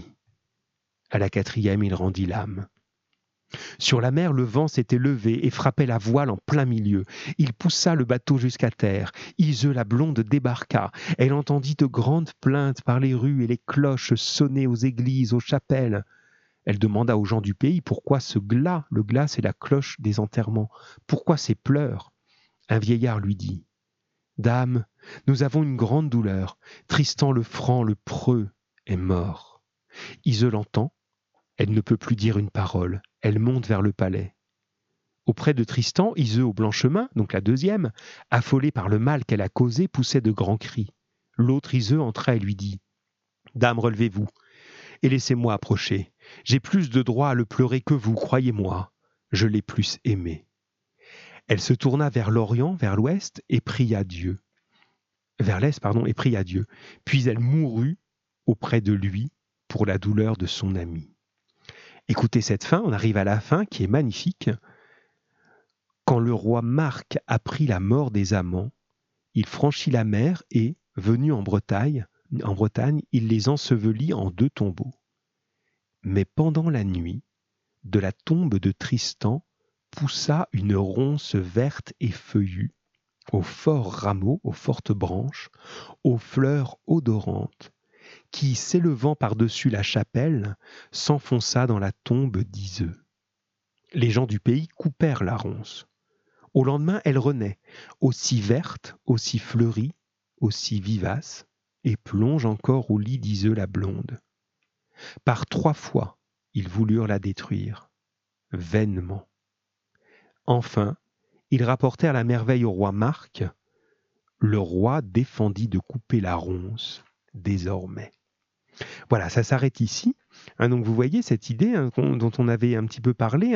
À la 4e, il rendit l'âme. Sur la mer, le vent s'était levé et frappait la voile en plein milieu. Il poussa le bateau jusqu'à terre. Iseux la blonde débarqua. Elle entendit de grandes plaintes par les rues et les cloches sonner aux églises, aux chapelles. Elle demanda aux gens du pays pourquoi ce glas, le glas c'est la cloche des enterrements, pourquoi ces pleurs. Un vieillard lui dit « Dame, nous avons une grande douleur. Tristan le franc, le preux, est mort. » Iseux l'entend. Elle ne peut plus dire une parole. Elle monte vers le palais. Auprès de Tristan, Iseux au blanc chemin, donc la 2e, affolée par le mal qu'elle a causé, poussait de grands cris. L'autre Iseux entra et lui dit « Dame, relevez-vous et laissez-moi approcher. J'ai plus de droit à le pleurer que vous, croyez-moi. Je l'ai plus aimé. Elle se tourna vers l'Orient, vers l'Ouest, et pria Dieu. Vers l'Est, pardon, et pria Dieu. Puis elle mourut auprès de lui pour la douleur de son ami. Écoutez cette fin, on arrive à la fin qui est magnifique. Quand le roi Marc apprit la mort des amants, il franchit la mer et, venu en Bretagne, il les ensevelit en 2 tombeaux. Mais pendant la nuit, de la tombe de Tristan poussa une ronce verte et feuillue, aux forts rameaux, aux fortes branches, aux fleurs odorantes, qui, s'élevant par-dessus la chapelle, s'enfonça dans la tombe d'Iseux. Les gens du pays coupèrent la ronce. Au lendemain, elle renaît, aussi verte, aussi fleurie, aussi vivace, et plonge encore au lit d'Iseux la blonde. Par 3 fois, ils voulurent la détruire, vainement. Enfin, ils rapportèrent la merveille au roi Marc. Le roi défendit de couper la ronce, désormais. Voilà, ça s'arrête ici. Donc vous voyez cette idée dont on avait un petit peu parlé,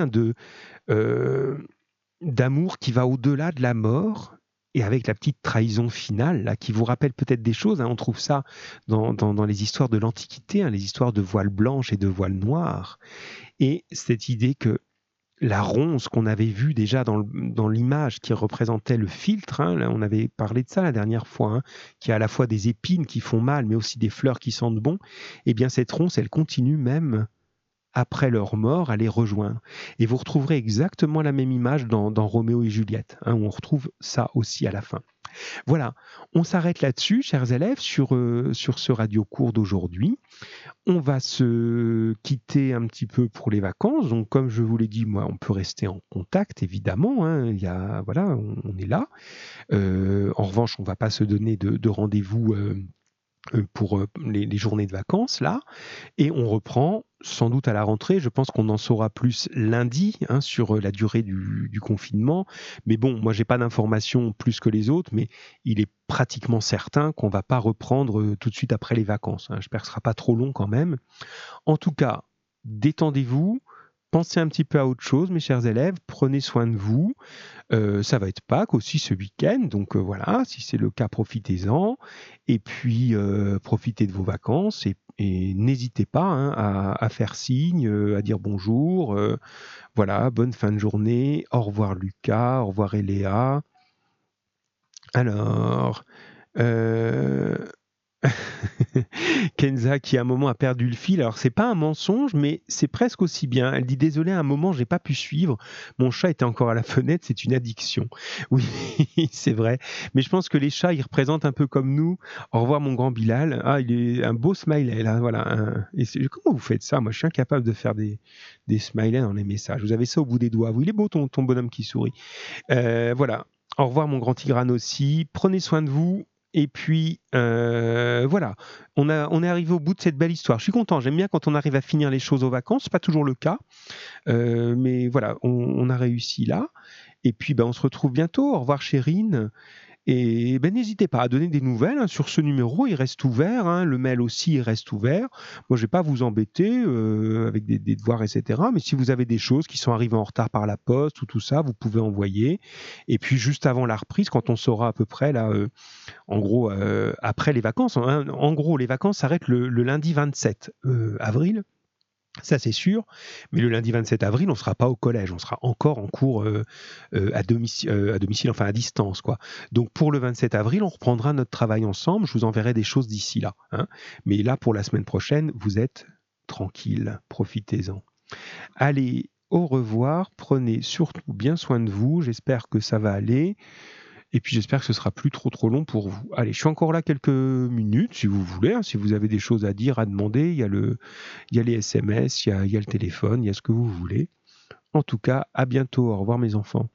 d'amour qui va au-delà de la mort, et avec la petite trahison finale, là, qui vous rappelle peut-être des choses. On trouve ça dans les histoires de l'Antiquité, les histoires de voile blanche et de voile noir. Et cette idée que la ronce qu'on avait vue déjà dans l'image qui représentait le filtre, là, on avait parlé de ça la dernière fois, qui a à la fois des épines qui font mal, mais aussi des fleurs qui sentent bon, et bien cette ronce, elle continue même après leur mort à les rejoindre. Et vous retrouverez exactement la même image dans Roméo et Juliette, où on retrouve ça aussi à la fin. Voilà, on s'arrête là-dessus, chers élèves, sur ce radio-cours d'aujourd'hui. On va se quitter un petit peu pour les vacances. Donc, comme je vous l'ai dit, moi, on peut rester en contact, évidemment. Voilà, on est là. En revanche, on ne va pas se donner de rendez-vous pour les journées de vacances, là. Et on reprend sans doute à la rentrée. Je pense qu'on en saura plus lundi sur la durée du confinement. Mais bon, moi, j'ai pas d'informations plus que les autres, mais il est pratiquement certain qu'on va pas reprendre tout de suite après les vacances. J'espère que ce sera pas trop long quand même. En tout cas, détendez-vous. Pensez un petit peu à autre chose, mes chers élèves. Prenez soin de vous. Ça va être Pâques aussi ce week-end. Donc voilà, si c'est le cas, profitez-en. Et puis, profitez de vos vacances. Et n'hésitez pas à faire signe, à dire bonjour. Voilà, bonne fin de journée. Au revoir Lucas, au revoir Eléa. Alors... Kenza qui à un moment a perdu le fil. Alors c'est pas un mensonge, mais c'est presque aussi bien. Elle dit désolé, à un moment j'ai pas pu suivre. Mon chat était encore à la fenêtre. C'est une addiction. Oui, c'est vrai. Mais je pense que les chats ils représentent un peu comme nous. Au revoir mon grand Bilal. Il est un beau smiley là. Voilà. Et comment vous faites ça? Moi je suis incapable de faire des smileys dans les messages. Vous avez ça au bout des doigts. Il est beau ton bonhomme qui sourit. Voilà. Au revoir mon grand Tigrane aussi. Prenez soin de vous. Et puis, voilà, on est arrivé au bout de cette belle histoire. Je suis content, j'aime bien quand on arrive à finir les choses aux vacances. C'est pas toujours le cas, mais voilà, on a réussi là. Et puis, on se retrouve bientôt. Au revoir, Chérine. Et n'hésitez pas à donner des nouvelles sur ce numéro, il reste ouvert, le mail aussi il reste ouvert. Moi je vais pas vous embêter avec des devoirs, etc. Mais si vous avez des choses qui sont arrivées en retard par la poste ou tout ça, vous pouvez envoyer. Et puis juste avant la reprise, quand on saura à peu près là, en gros après les vacances, en gros les vacances s'arrêtent le lundi 27 avril. Ça, c'est sûr. Mais le lundi 27 avril, on ne sera pas au collège. On sera encore en cours à domicile, enfin à distance, quoi. Donc, pour le 27 avril, on reprendra notre travail ensemble. Je vous enverrai des choses d'ici là. Mais là, pour la semaine prochaine, vous êtes tranquille. Profitez-en. Allez, au revoir. Prenez surtout bien soin de vous. J'espère que ça va aller. Et puis j'espère que ce sera plus trop long pour vous. Allez, je suis encore là quelques minutes si vous voulez. Si vous avez des choses à dire, à demander, il y a les SMS, il y a le téléphone, il y a ce que vous voulez. En tout cas, à bientôt. Au revoir mes enfants.